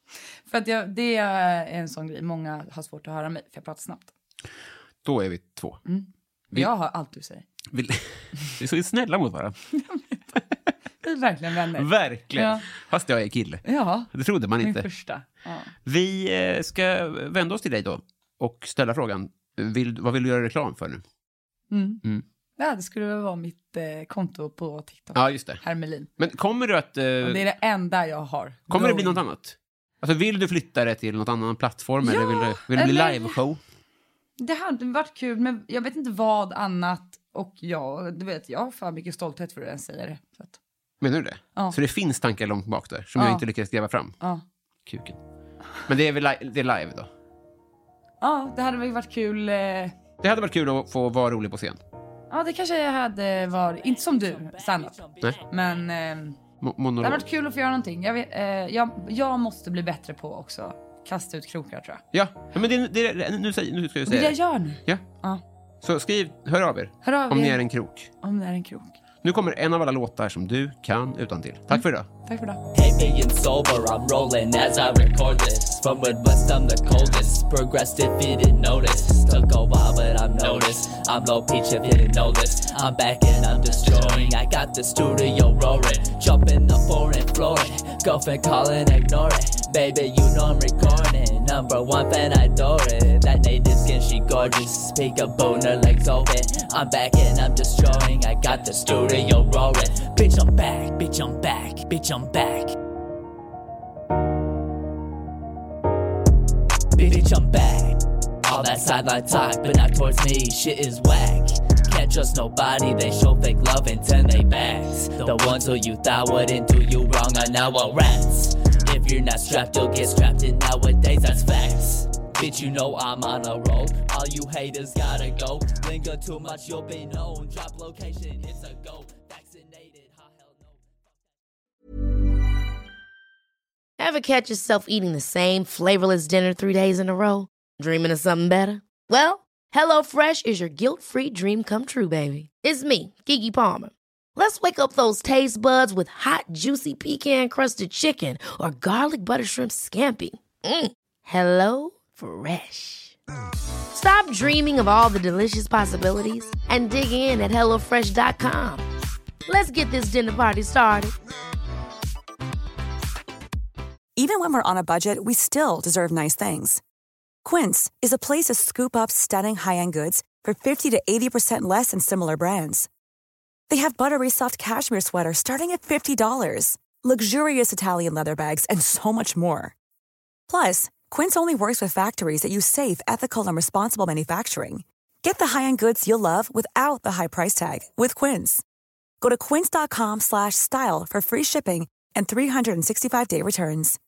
För att jag, det är en sån grej. Många har svårt att höra mig för jag pratar snabbt. Då är vi två. Mm. Vi, jag har allt du säger. Vi, vi är så snälla mot varandra. Vi är verkligen vänner. Verkligen. Ja. Fast jag är kille. Ja. Det trodde man inte. Min första. Ja. Vi eh, ska vända oss till dig då. Och ställa frågan. Vill, vad vill du göra reklam för nu? Mm. Mm. Ja, det skulle väl vara mitt eh, konto på TikTok. Ja, just det. Hermelin. Men kommer du att... Eh, Och det är det enda jag har. kommer det bli något annat? Alltså vill du flytta det till något annan plattform? Ja, eller vill, du, vill det bli eller- liveshow? Det hade varit kul, men jag vet inte vad annat. Och jag, du vet, jag har för mycket stolthet för det jag säger det. Så att, Menar du det? Ja. Så det finns tankar långt bak där som Ja. jag inte lyckades gräva fram? ja. Kuken. Men det är väl li- det är live då? ja, det hade väl varit kul. Eh, Det hade varit kul att få vara rolig på scen. ja, det kanske jag hade varit, inte som du, stand-up. Nej. Men eh, Mo- det hade monolog. varit kul att få göra någonting. Jag, vet, eh, jag, jag måste bli bättre på också. Kasta ut krokar, tror jag. Ja, ja, men det, det, det, nu, säger- nu ska du Det är säga det jag gör nu. Ja. Ja. Så skriv, hör av er. Hör av om er. ni är en krok. Om det är en krok. Nu kommer en av alla låtar som du kan utan till. Tack för idag. Tack för det. Hey, being sober, I'm rolling as I record this. From Midwest, I'm the coldest. Progressed if you didn't notice. Took a while, but I'm noticed. I'm low peach if you didn't know this. I'm back and I'm destroying. I got the studio roaring. Jumping the foreign flooring. Girlfriend calling, ignore it. Baby, you know I'm recording. Number one fan, I adore it. That native skin, she gorgeous. Speak a boner, legs open. I'm back and I'm destroying. I got the studio roaring. Bitch, I'm back. Bitch, I'm back. Bitch, I'm back. Bitch, I'm back. All that sideline talk, but not towards me. Shit is whack. Can't trust nobody. They show fake love and turn they backs. The ones who you thought wouldn't do you wrong are now all rats. If you're not strapped, you'll get strapped in nowadays. That's facts. Bitch, you know I'm on a roll. All you haters gotta go. Linger too much, you'll be known. Drop location, it's a go. Vaccinated, ha hell no. Ever catch yourself eating the same flavorless dinner three days in a row? Dreaming of something better? Well, HelloFresh is your guilt-free dream come true, baby. It's me, Keke Palmer. Let's wake up those taste buds with hot, juicy pecan-crusted chicken or garlic butter shrimp scampi. Mm. Hello Fresh. Stop dreaming of all the delicious possibilities and dig in at hello fresh dot com. Let's get this dinner party started. Even when we're on a budget, we still deserve nice things. Quince is a place to scoop up stunning high-end goods for fifty to eighty percent less than similar brands. They have buttery soft cashmere sweaters starting at fifty dollars, luxurious Italian leather bags, and so much more. Plus, Quince only works with factories that use safe, ethical, and responsible manufacturing. Get the high-end goods you'll love without the high price tag with Quince. Go to quince dot com slash style for free shipping and three sixty-five day returns.